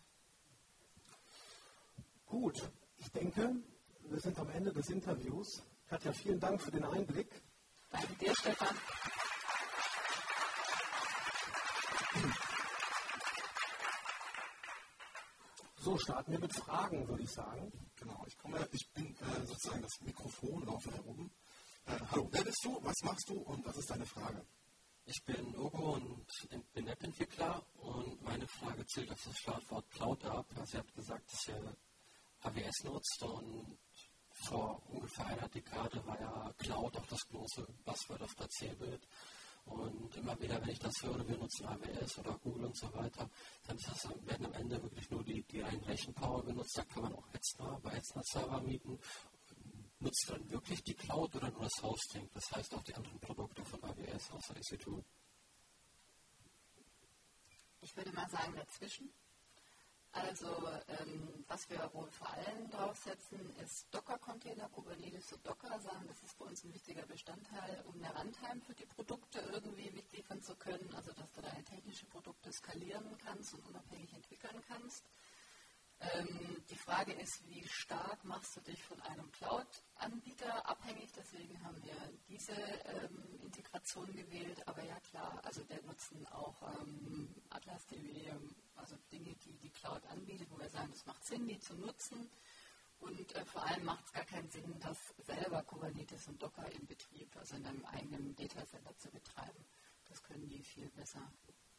Gut, ich denke, wir sind am Ende des Interviews. Katja, vielen Dank für den Einblick. Danke dir, Stefan. So, starten wir mit Fragen, würde ich sagen. Genau, ich komme, ich bin äh, sozusagen das Mikrofon, laufe herum. Äh, hallo, wer bist du, was machst du und was ist deine Frage? Ich bin Ugo und bin Webentwickler und meine Frage zielt auf das Schlagwort Cloud ab. Also ihr habt gesagt, dass ihr A W S nutzt und vor ungefähr einer Dekade war ja Cloud auch das große Buzzword auf der C-Bild. Und immer wieder, wenn ich das höre, wir nutzen A W S oder Google und so weiter, dann ist das, werden am Ende wirklich nur die, die reinen Rechenpower genutzt. Da kann man auch Hetzner bei Hetzner Server mieten. Nutzt du dann wirklich die Cloud oder nur das Hosting? Das heißt auch die anderen Produkte von A W S außer E C zwei? Ich würde mal sagen dazwischen. Also ähm, was wir wohl vor allem draufsetzen, ist Docker-Container, Kubernetes und Docker. Sagen, das ist bei uns ein wichtiger Bestandteil, um eine Runtime für die Produkte irgendwie mitliefern zu können. Also dass du deine technischen Produkte skalieren kannst und unabhängig entwickeln kannst. Ähm, die Frage ist, wie stark machst du dich von einem Cloud-Anbieter abhängig? Deswegen haben wir diese ähm, Integration gewählt. Aber ja klar, also wir nutzen auch ähm, Atlas D B, also Dinge, die die Cloud anbietet, wo wir sagen, es macht Sinn, die zu nutzen. Und äh, vor allem macht es gar keinen Sinn, das selber Kubernetes und Docker im Betrieb, also in einem eigenen Datacenter zu betreiben. Das können die viel besser.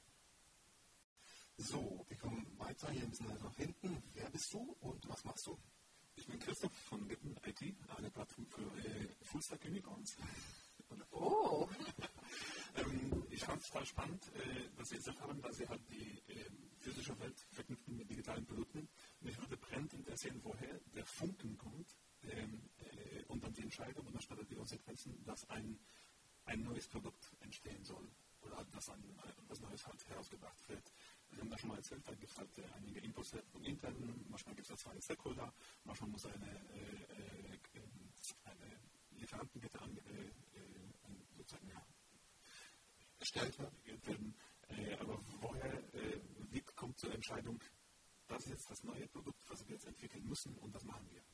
So, wir kommen weiter, hier ein bisschen nach hinten. Wer bist du und was machst du? Ich bin Christoph von Witten I T, eine Plattform für äh, Fullstack Unicorns. Oh! ähm, ich fand es total spannend, äh, was Sie gesagt haben, dass Sie halt die äh, physische Welt verknüpfen mit digitalen Produkten. Mich würde brennend interessieren, woher der Funken kommt ähm, äh, und dann die Entscheidung und dann die Konsequenzen, dass ein, ein neues Produkt entstehen soll oder dass ein, ein, was Neues halt herausgebracht wird. Wir haben das schon mal erzählt, da gibt es halt äh, einige Inputs von intern, manchmal gibt es da zwei Stakeholder, manchmal muss eine, äh, äh, eine Lieferantenkette an, äh, äh, sozusagen ja, erstellt werden. Äh, aber woher, äh, wie kommt zur Entscheidung, das ist jetzt das neue Produkt, was wir jetzt entwickeln müssen und das machen wir?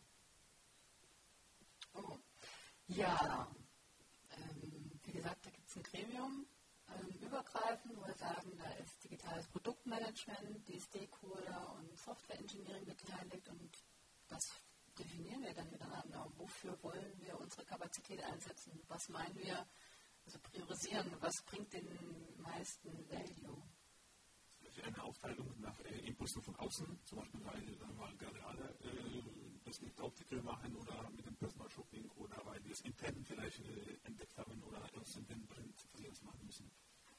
Oh. Ja, ähm, wie gesagt, da gibt es ein Gremium. Übergreifend, wo wir sagen, da ist digitales Produktmanagement, die Stakeholder und Software Engineering beteiligt und das definieren wir dann miteinander. Wofür wollen wir unsere Kapazität einsetzen? Was meinen wir? Also priorisieren, was bringt den meisten Value? für eine Aufteilung nach äh, Impulsen von außen, zum Beispiel weil dann mal gerade alle äh, das mit Optical machen oder mit dem Personal Shopping oder weil wir es intern vielleicht äh, entdeckt haben oder aus dem Print was machen müssen?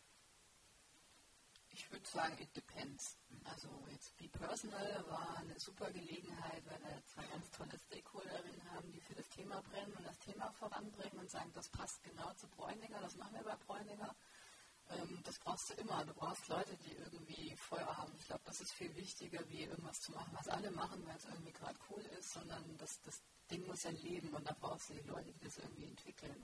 Ich würde sagen, it depends. Also jetzt Be Personal war eine super Gelegenheit, weil wir zwei ganz tolle Stakeholderinnen haben, die für das Thema brennen und das Thema voranbringen und sagen, das passt genau zu Bräuninger, das machen wir bei Bräuninger. Ähm, das brauchst du immer. Du brauchst Leute, die irgendwie Feuer haben. Ich glaube, das ist viel wichtiger, wie irgendwas zu machen, was alle machen, weil es irgendwie gerade cool ist, sondern das, das Ding muss ja leben und da brauchst du die Leute, die das irgendwie entwickeln.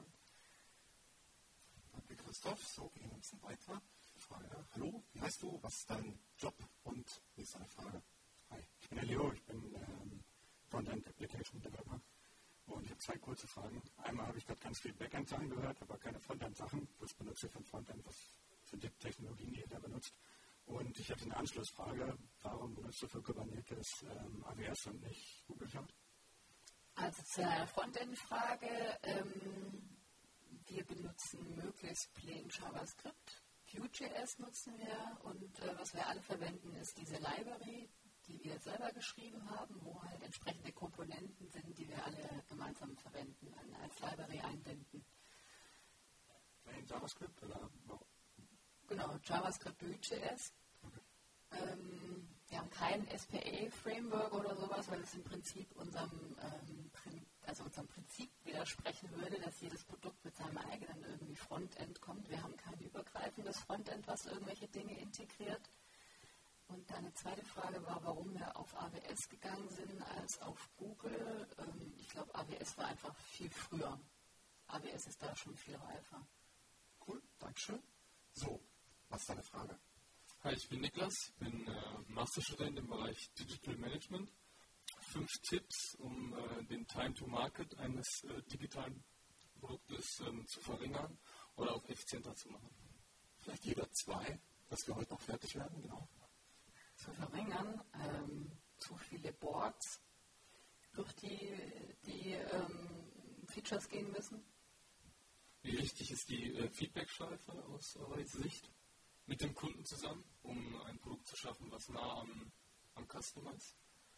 Danke, Christoph. So, gehen wir ein bisschen weiter. Frage. Hallo, wie heißt du? Was ist dein Job? Und wie ist deine Frage? Hi, ich bin der Leo, ich bin ähm, Frontend Application Developer und ich habe zwei kurze Fragen. Einmal habe ich gerade ganz viel Backend-Sachen gehört, aber keine Frontend-Sachen. Was benutzt ihr für ein Frontend? Was sind die Technologien, die ihr da benutzt? Und ich hatte eine Anschlussfrage. Warum benutzt du für Kubernetes ähm, A W S und nicht Google Cloud? Also zur Frontend-Frage. Ähm, wir benutzen möglichst plain JavaScript. Vue.js nutzen wir und äh, was wir alle verwenden, ist diese Library, die wir selber geschrieben haben, wo halt entsprechende Komponenten sind, die wir alle gemeinsam verwenden, als Library einbinden. Plain JavaScript oder? Genau, JavaScript, Vue.js. Okay. Ähm, wir haben kein S P A-Framework oder sowas, weil es im Prinzip unserem, ähm, also unserem Prinzip widersprechen würde, dass jedes Produkt mit seinem eigenen irgendwie Frontend kommt. Wir haben kein übergreifendes Frontend, was irgendwelche Dinge integriert. Und deine zweite Frage war, warum wir auf A W S gegangen sind als auf Google. Ähm, ich glaube, A W S war einfach viel früher. A W S ist da schon viel reifer. Cool, Dankeschön. So, was ist deine Frage? Hi, ich bin Niklas, bin äh, Masterstudent im Bereich Digital Management. Fünf Tipps, um äh, den Time to Market eines äh, digitalen Produktes ähm, zu verringern oder auch effizienter zu machen. Vielleicht jeder zwei, dass wir heute noch fertig werden, genau. Zu verringern, ähm, zu viele Boards, durch die die ähm, Features gehen müssen. Wie wichtig ist die äh, Feedback-Schleife aus eurer Sicht mit dem Kunden zusammen, um ein Produkt zu schaffen, was nah am, am Customer ist?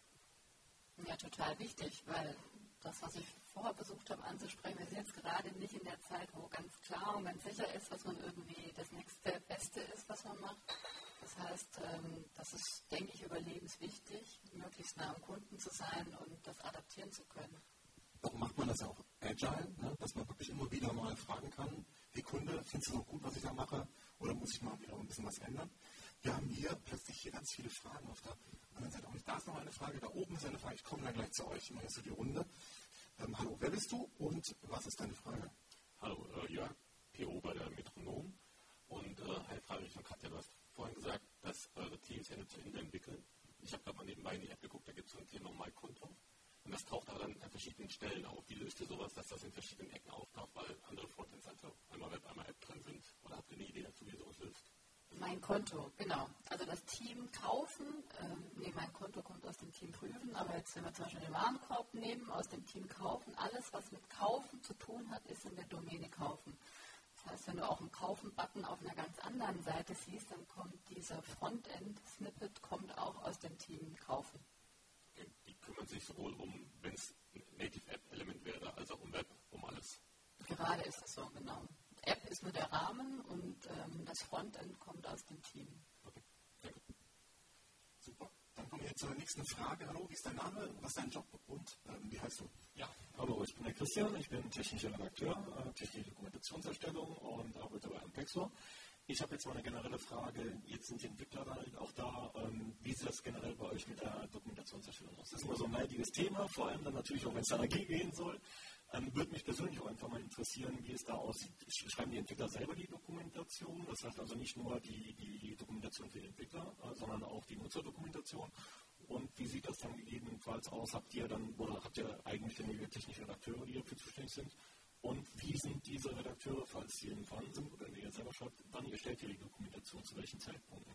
Ja, total wichtig, weil das, was ich vorher versucht habe anzusprechen, wir sind jetzt gerade nicht in der Zeit, wo ganz klar und ganz sicher ist, was man irgendwie das nächste Beste ist, was man macht. Das heißt, das ist, denke ich, überlebenswichtig, möglichst nah am Kunden zu sein und das adaptieren zu können. Darum macht man das ja auch agile, ne? Dass man wirklich immer wieder mal fragen kann, hey Kunde, findest du noch gut, was ich da mache? Oder muss ich mal wieder ein bisschen was ändern? Wir haben hier plötzlich hier ganz viele Fragen auf der anderen Seite. Und da ist noch eine Frage, da oben ist eine Frage, ich komme dann gleich zu euch, immer jetzt so die Runde. Ähm, hallo, wer bist du und was ist deine Frage? Hallo, äh, Jörg, P O bei der Metronom. Und äh, eine Frage Richtung Katja, du hast vorhin gesagt, dass eure Teams Ende zu Ende entwickeln. Ich habe gerade mal nebenbei in die App geguckt, da gibt es so ein Thema MyKonto. Und das taucht aber dann an verschiedenen Stellen auf. Wie löst ihr sowas, dass das in verschiedenen Ecken auftaucht, weil andere Frontends also einmal Web, einmal App drin sind? Oder habt ihr eine Idee dazu, wie ihr sowas löst? Mein Konto, genau. Also das Team kaufen, ähm, nee, mein Konto kommt aus dem Team prüfen, aber jetzt, wenn wir zum Beispiel den Warenkorb nehmen, aus dem Team kaufen, alles, was mit kaufen zu tun hat, ist in der Domäne kaufen. Das heißt, wenn du auch einen Kaufen-Button auf einer ganz anderen Seite siehst, dann kommt dieser Frontend-Snippet kommt auch aus dem Team kaufen. Okay. Die kümmern sich sowohl um, wenn es ein Native-App-Element wäre, als auch um Web, um alles. Gerade ist es so, genau. App ist nur der Rahmen und ähm, das Frontend kommt aus dem Team. Okay. Danke. Super. Dann kommen wir jetzt zur nächsten Frage. Hallo, wie ist dein Name? Was ist dein Job und ähm, wie heißt du? Ja, hallo, ich bin der Christian. Ich bin technischer Redakteur, äh, technische Dokumentationserstellung und arbeite bei Ampexor. Ich habe jetzt mal eine generelle Frage. Jetzt sind die Entwickler halt auch da. Ähm, wie sieht das generell bei euch mit der Dokumentationserstellung aus? Das ist immer so ein leidiges Thema, vor allem dann natürlich auch, wenn es dann dagegen gehen soll. Ähm, würde mich persönlich auch einfach mal interessieren, wie es da aussieht. Schreiben die Entwickler selber die Dokumentation? Das heißt also nicht nur die, die Dokumentation für die Entwickler, äh, sondern auch die Nutzerdokumentation. Und wie sieht das dann gegebenenfalls aus? Habt ihr dann, oder habt ihr eigenständige technische Redakteure, die dafür zuständig sind? Und wie sind diese Redakteure, falls sie im Vorhanden sind oder wenn ihr selber schreibt, wann erstellt ihr die Dokumentation, zu welchen Zeitpunkten?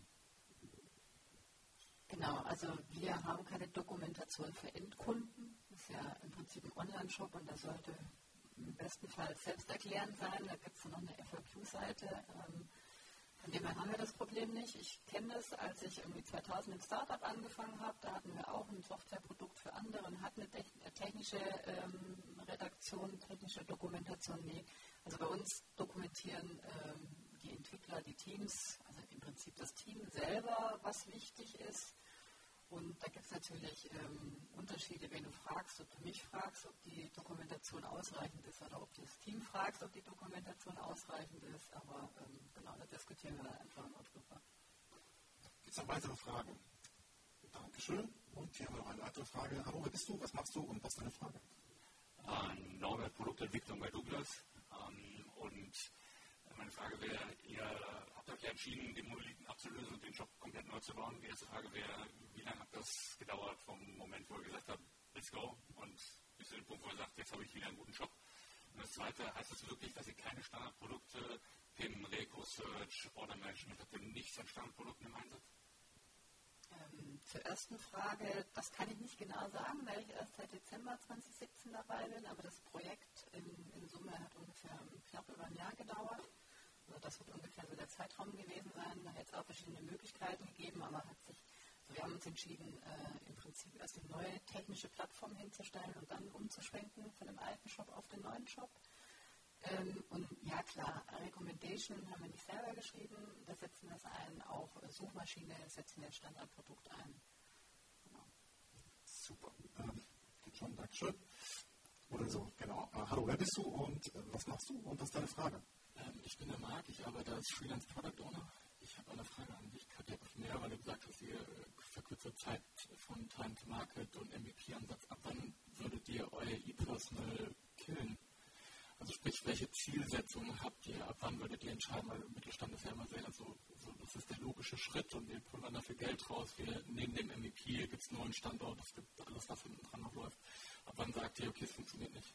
Genau, also wir haben keine Dokumentation für Endkunden. Das ist ja im Prinzip ein Online-Shop und das sollte im besten Fall selbsterklärend sein. Da gibt es noch eine F A Q-Seite. Ähm, Von dem her haben wir das Problem nicht. Ich kenne das, als ich irgendwie zweitausend im Startup angefangen habe, da hatten wir auch ein Softwareprodukt für andere und hatten eine technische ähm, Redaktion, technische Dokumentation. Nee. Also bei uns dokumentieren ähm, die Entwickler, die Teams, also im Prinzip das Team selber, was wichtig ist. Und da gibt es natürlich ähm, Unterschiede, wenn du fragst, ob du mich fragst, ob die Dokumentation ausreichend ist oder ob du das Team fragst, ob die Dokumentation ausreichend ist. Aber ähm, genau, da diskutieren wir dann einfach noch drüber. Gibt es noch weitere Fragen? Dankeschön. Und hier haben wir noch eine weitere Frage. Hallo, wer bist du, was machst du und was ist deine Frage? Äh, Norbert, Produktentwicklung bei Douglas. Ähm, und meine Frage wäre, ihr habt euch ja entschieden, den Monolithen abzulösen und den Shop komplett neu zu bauen. Die erste Frage wäre, wie lange hat das gedauert vom Moment, wo ihr gesagt habt, let's go, und bis zu dem Punkt, wo ihr sagt, jetzt habe ich wieder einen guten Shop. Und das zweite, heißt das wirklich, dass ihr keine Standardprodukte, P I M, Reco, Search, Order Management, habt ihr nichts an Standardprodukten im Einsatz? Ähm, zur ersten Frage, das kann ich nicht genau sagen, weil ich erst seit Dezember zwanzig siebzehn dabei bin, aber das Projekt in, in Summe hat ungefähr knapp über ein Jahr gedauert. Also das wird ungefähr so der Zeitraum gewesen sein. Da hätte es auch verschiedene Möglichkeiten gegeben, aber hat sich, also wir haben uns entschieden, äh, im Prinzip erst eine neue technische Plattform hinzustellen und dann umzuschwenken von dem alten Shop auf den neuen Shop. Ähm, und ja klar, Recommendation haben wir nicht selber geschrieben, da setzen wir es ein, auch Suchmaschine setzen wir ein Standardprodukt ein. Genau. Super. Ähm, geht schon, Dankeschön. Oder so, genau. Äh, hallo, wer bist du und äh, was machst du und was ist deine Frage? Ähm, ich bin der Marc, ich arbeite als Freelance Product Owner. Ich habe eine Frage an dich, Katja Primär, weil du gesagt hast, ihr für kurze Zeit von Time to Market und M V P-Ansatz, ab wann würdet ihr euer E-Personal killen? Also sprich, welche Zielsetzungen habt ihr, ab wann würdet ihr entscheiden, weil im Mittelstand ist ja immer sehr, also, so, das ist der logische Schritt und wir pulvern dafür Geld raus, wir neben dem M V P gibt es einen neuen Standort, es gibt alles, was hinten dran noch läuft. Ab wann sagt ihr, okay, es funktioniert nicht?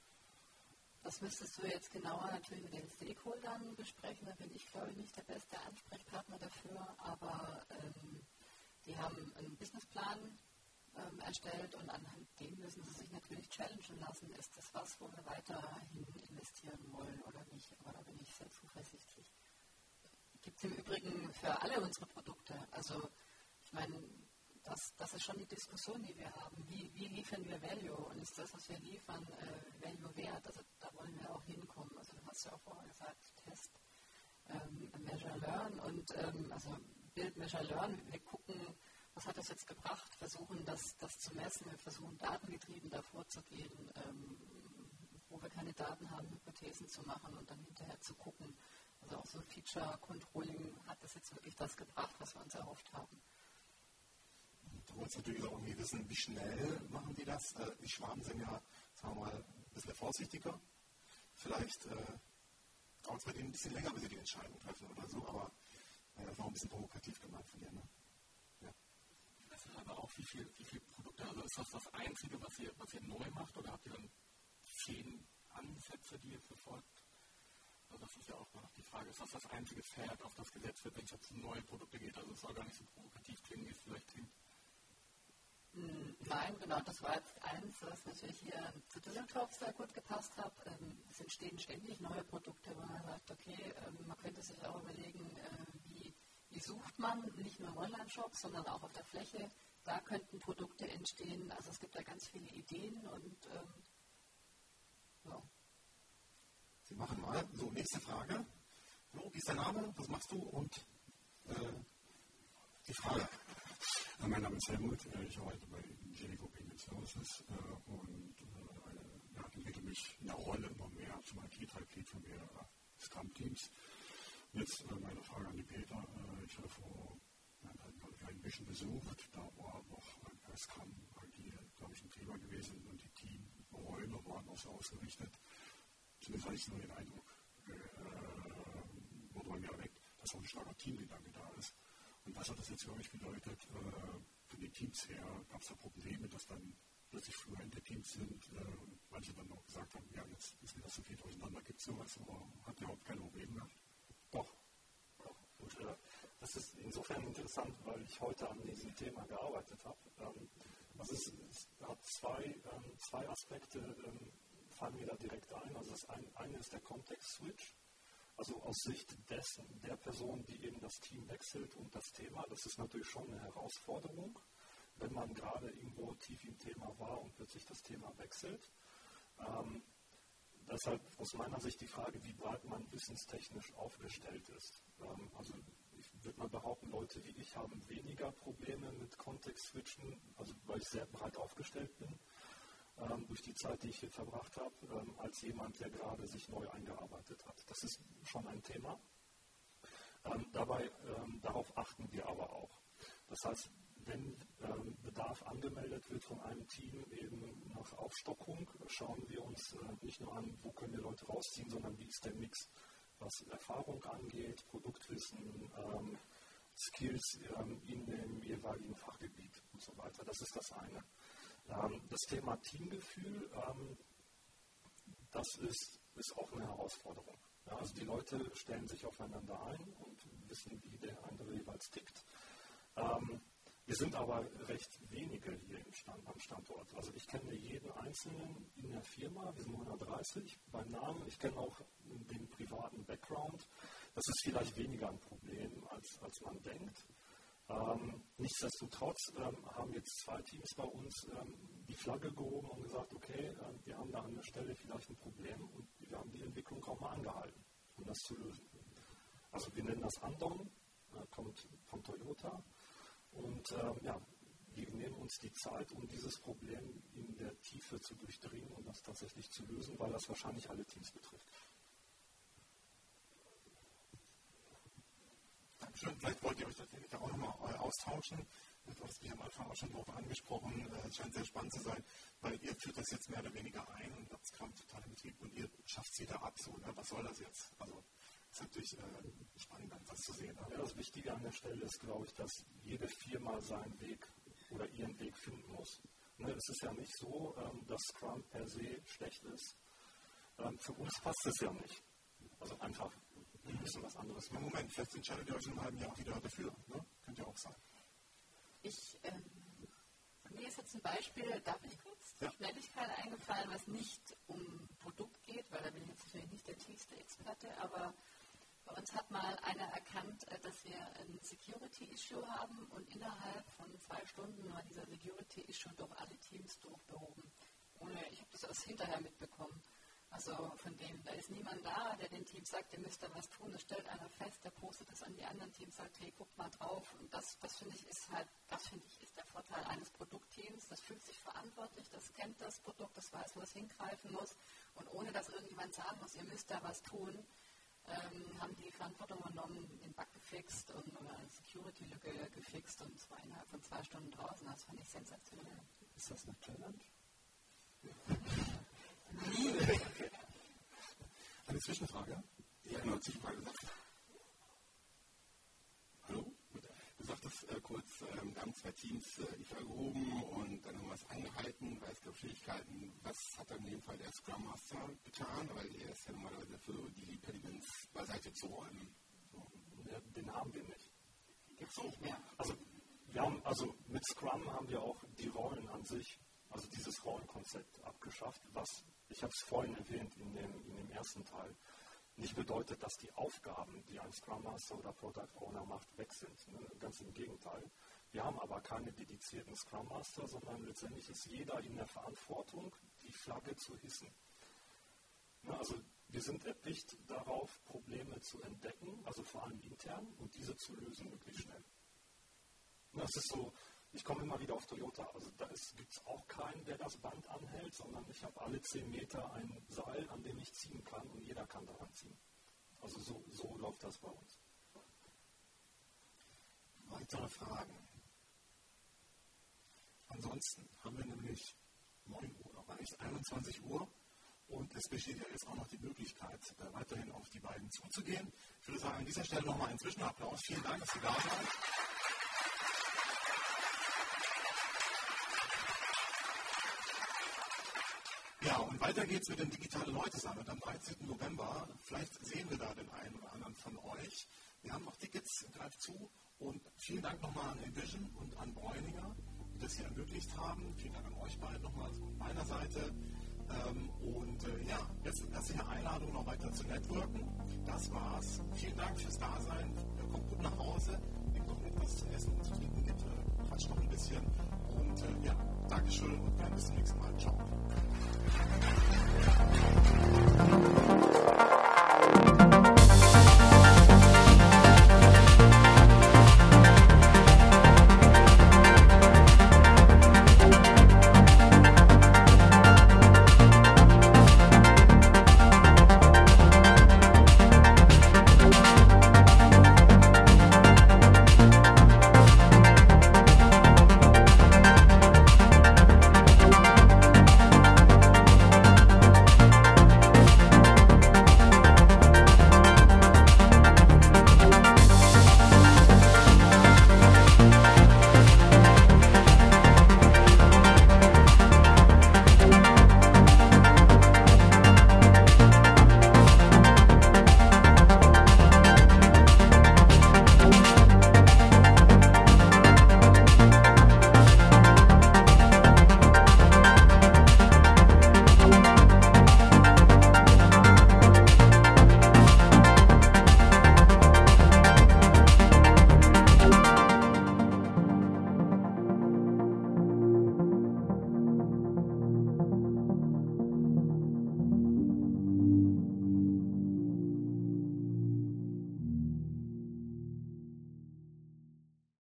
Das müsstest du jetzt genauer natürlich mit den Stakeholdern besprechen, da bin ich glaube ich nicht der beste Ansprechpartner dafür, aber ähm, die haben einen Businessplan ähm, erstellt und anhand dem müssen sie sich natürlich challengen lassen, ist das was, wo wir weiterhin investieren wollen oder nicht, aber da bin ich sehr zuversichtlich. Gibt es im Übrigen für alle unsere Produkte, also ich meine, das, das ist schon die Diskussion, die wir haben, wie, wie liefern wir Value und ist das, was wir liefern, äh, Value wert, also da wollen wir auch hinkommen, also du hast ja auch vorher gesagt, Test, ähm, Measure, Learn und ähm, also Build, Measure, Learn, wir gucken, was hat das jetzt gebracht, versuchen das, das zu messen, wir versuchen datengetrieben davor zu gehen, ähm, wo wir keine Daten haben, Hypothesen zu machen und dann hinterher zu gucken, also auch so Feature-Controlling, hat das jetzt wirklich das gebracht, was wir uns erhofft haben. Du wolltest natürlich auch irgendwie wissen, wie schnell machen die das? Äh, die Schwaben sind ja, sagen wir mal, ein bisschen vorsichtiger. Vielleicht äh, dauert es bei denen ein bisschen länger, bis sie die Entscheidung treffen oder so, aber äh, das war auch ein bisschen provokativ gemeint von dir, ne? Ja. Das sind aber auch wie viele wie viel Produkte, also ist das das Einzige, was ihr, was ihr neu macht oder habt ihr dann zehn Ansätze, die ihr verfolgt? Also das ist ja auch noch die Frage, ist das das einzige Pferd, auf das gesetzt wird, wenn es jetzt um neue Produkte geht? Also es soll gar nicht so provokativ klingen, wie es vielleicht klingt. Nein, genau, das war jetzt eins, was natürlich hier zu Düsseldorf sehr gut gepasst hat. Ähm, es entstehen ständig neue Produkte, wo man sagt, okay, ähm, man könnte sich auch überlegen, äh, wie, wie sucht man, nicht nur im Online-Shop, sondern auch auf der Fläche. Da könnten Produkte entstehen. Also es gibt da ganz viele Ideen und ähm, ja. Sie machen mal. So, nächste Frage. So, wie ist dein Name? Was machst du? Und äh, die Frage. Mein Name ist Helmut, ich arbeite bei Ingenico Payment Services und äh, ja, entwickle mich in der Rolle immer mehr zum I T-Teilglied von mehreren Scrum-Teams. Jetzt äh, meine Frage an die Peter. Äh, ich hatte vor äh, einen Mission besucht, da war noch äh, Scrum agil, glaube ich, ein Thema gewesen und die Teamräume waren auch so ausgerichtet. Zumindest hatte ich so den Eindruck, äh, wurde man ja weg, dass auch ein starker Teamgedanke da ist. Und was hat das jetzt für euch bedeutet? Äh, von den Teams her gab es da Probleme, dass dann plötzlich fluente Teams sind äh, und manche dann auch gesagt haben, ja, jetzt ist mir das so viel durcheinander, gibt es sowas, aber hat ihr überhaupt keine Probleme gehabt? Doch. Doch. Und, äh, das ist insofern interessant, weil ich heute an diesem Thema gearbeitet habe. Ähm, also es, es hat zwei, ähm, zwei Aspekte, ähm, fallen mir da direkt ein. Also das ein, eine ist der Kontext-Switch. also aus Sicht dessen, der Person, die eben das Team wechselt und das Thema, das ist natürlich schon eine Herausforderung, wenn man gerade irgendwo tief im Thema war und plötzlich das Thema wechselt. Ähm, deshalb aus meiner Sicht die Frage, wie breit man wissenstechnisch aufgestellt ist. Ähm, also ich würde mal behaupten, Leute wie ich haben weniger Probleme mit Kontext-Switchen, also weil ich sehr breit aufgestellt bin, ähm, durch die Zeit, die ich hier verbracht habe, ähm, als jemand, der gerade sich neu eingearbeitet hat. Das ist schon ein Thema. Ähm, dabei, ähm, darauf achten wir aber auch. Das heißt, wenn ähm, Bedarf angemeldet wird von einem Team eben nach Aufstockung, schauen wir uns äh, nicht nur an, wo können wir Leute rausziehen, sondern wie ist der Mix, was Erfahrung angeht, Produktwissen, ähm, Skills ähm, in dem jeweiligen Fachgebiet und so weiter. Das ist das eine. Ähm, das Thema Teamgefühl, ähm, das ist, ist auch eine Herausforderung. Ja, also die Leute stellen sich aufeinander ein und wissen, wie der andere jeweils tickt. Ähm, Wir sind aber recht wenige hier im Stand, am Standort. Also ich kenne jeden Einzelnen in der Firma, wir sind hundertdreißig beim Namen. Ich kenne auch den privaten Background. Das ist vielleicht weniger ein Problem, als, als man denkt. Ähm, nichtsdestotrotz ähm, haben jetzt zwei Teams bei uns ähm, die Flagge gehoben und gesagt, okay, äh, wir haben da an der Stelle vielleicht ein Problem und wir haben die Entwicklung auch mal angehalten, um das zu lösen. Also wir nennen das Andon, äh, kommt von Toyota. Und ähm, ja, wir nehmen uns die Zeit, um dieses Problem in der Tiefe zu durchdringen und das tatsächlich zu lösen, weil das wahrscheinlich alle Teams betrifft. Dankeschön. Vielleicht wollt ihr euch tatsächlich auch nochmal austauschen. Du hast mich am Anfang auch schon darauf angesprochen. Es scheint sehr spannend zu sein, weil ihr führt das jetzt mehr oder weniger ein und das kam total im Betrieb und ihr schafft es wieder ab. So, ne? Was soll das jetzt? Also, das ist natürlich äh, spannend, das zu sehen. Ja, das Wichtige an der Stelle ist, glaube ich, dass jede Firma seinen Weg oder ihren Weg finden muss. Ne, es ist ja nicht so, ähm, dass Scrum per se schlecht ist. Ähm, für uns passt es ja nicht. Also einfach ein bisschen was anderes machen. Moment, vielleicht entscheidet ihr euch in einem halben Jahr wieder dafür. Ne? Könnt ihr auch sagen. Ich, ähm, mir ist jetzt ein Beispiel, darf ich kurz, ja. Schnelligkeit eingefallen, was nicht um Produkt geht, weil da bin ich jetzt natürlich nicht der tiefste Experte, aber bei uns hat mal einer erkannt, dass wir ein Security-Issue haben und innerhalb von zwei Stunden war dieser Security-Issue durch alle Teams durchbehoben. Ohne, ich habe das erst hinterher mitbekommen. Also von dem, da ist niemand da, der dem Team sagt, ihr müsst da was tun. Das stellt einer fest, der postet das an die anderen Teams, sagt, hey, guckt mal drauf. Und das, das finde ich, ist halt, das finde ich, ist der Vorteil eines Produktteams. Das fühlt sich verantwortlich, das kennt das Produkt, das weiß, wo es hingreifen muss. Und ohne dass irgendjemand sagen muss, ihr müsst da was tun, ähm, haben die Verantwortung übernommen, den Bug gefixt und eine Security-Lücke gefixt und zwar innerhalb von zwei Stunden draußen. Das fand ich sensationell. Ist das eine Challenge? Eine Zwischenfrage? Ja, genau, Zwischenfrage. Hallo? Du sagtest äh, kurz, ähm, wir haben zwei Teams äh, die Flagge gehoben und dann haben wir es angehalten, weil es gab Schwierigkeiten. Was hat dann in dem Fall der Scrum Master getan? Weil er ist ja normalerweise für die Impediments beiseite zu räumen. So, ja, den haben wir nicht. Gibt's nicht mehr. Also, wir haben, also mit Scrum haben wir auch die Rollen an sich, also dieses Rollenkonzept abgeschafft, was, ich habe es vorhin erwähnt in dem, in dem ersten Teil, nicht bedeutet, dass die Aufgaben, die ein Scrum Master oder Product Owner macht, weg sind. Ne? Ganz im Gegenteil. Wir haben aber keine dedizierten Scrum Master, sondern letztendlich ist jeder in der Verantwortung, die Flagge zu hissen. Ne? Also wir sind erpicht darauf, Probleme zu entdecken, also vor allem intern, und diese zu lösen möglichst schnell. Ne? Das ist so. Ich komme immer wieder auf Toyota, also da gibt es auch keinen, der das Band anhält, sondern ich habe alle zehn Meter ein Seil, an dem ich ziehen kann und jeder kann daran ziehen. Also so, so läuft das bei uns. Weitere Fragen? Ansonsten haben wir nämlich neun Uhr erreicht, einundzwanzig Uhr und es besteht ja jetzt auch noch die Möglichkeit, äh, weiterhin auf die beiden zuzugehen. Ich würde sagen, an dieser Stelle nochmal einen Zwischenapplaus. Vielen Dank, dass Sie da waren. Ja, und weiter geht's mit dem Digitale Leute Summit am dreizehnten November. Vielleicht sehen wir da den einen oder anderen von euch. Wir haben noch Tickets, greift zu. Und vielen Dank nochmal an Envision und an Bräuninger, die das hier ermöglicht haben. Vielen Dank an euch beiden nochmal von meiner Seite. Und äh, ja, jetzt herzliche Einladung noch weiter zu networken. das war's. Vielen Dank fürs Dasein. Kommt gut nach Hause. Nehmt noch etwas zu essen und zu trinken mit. Quatsch noch ein bisschen. Und äh, ja, Dankeschön und dann bis zum nächsten Mal. Ciao.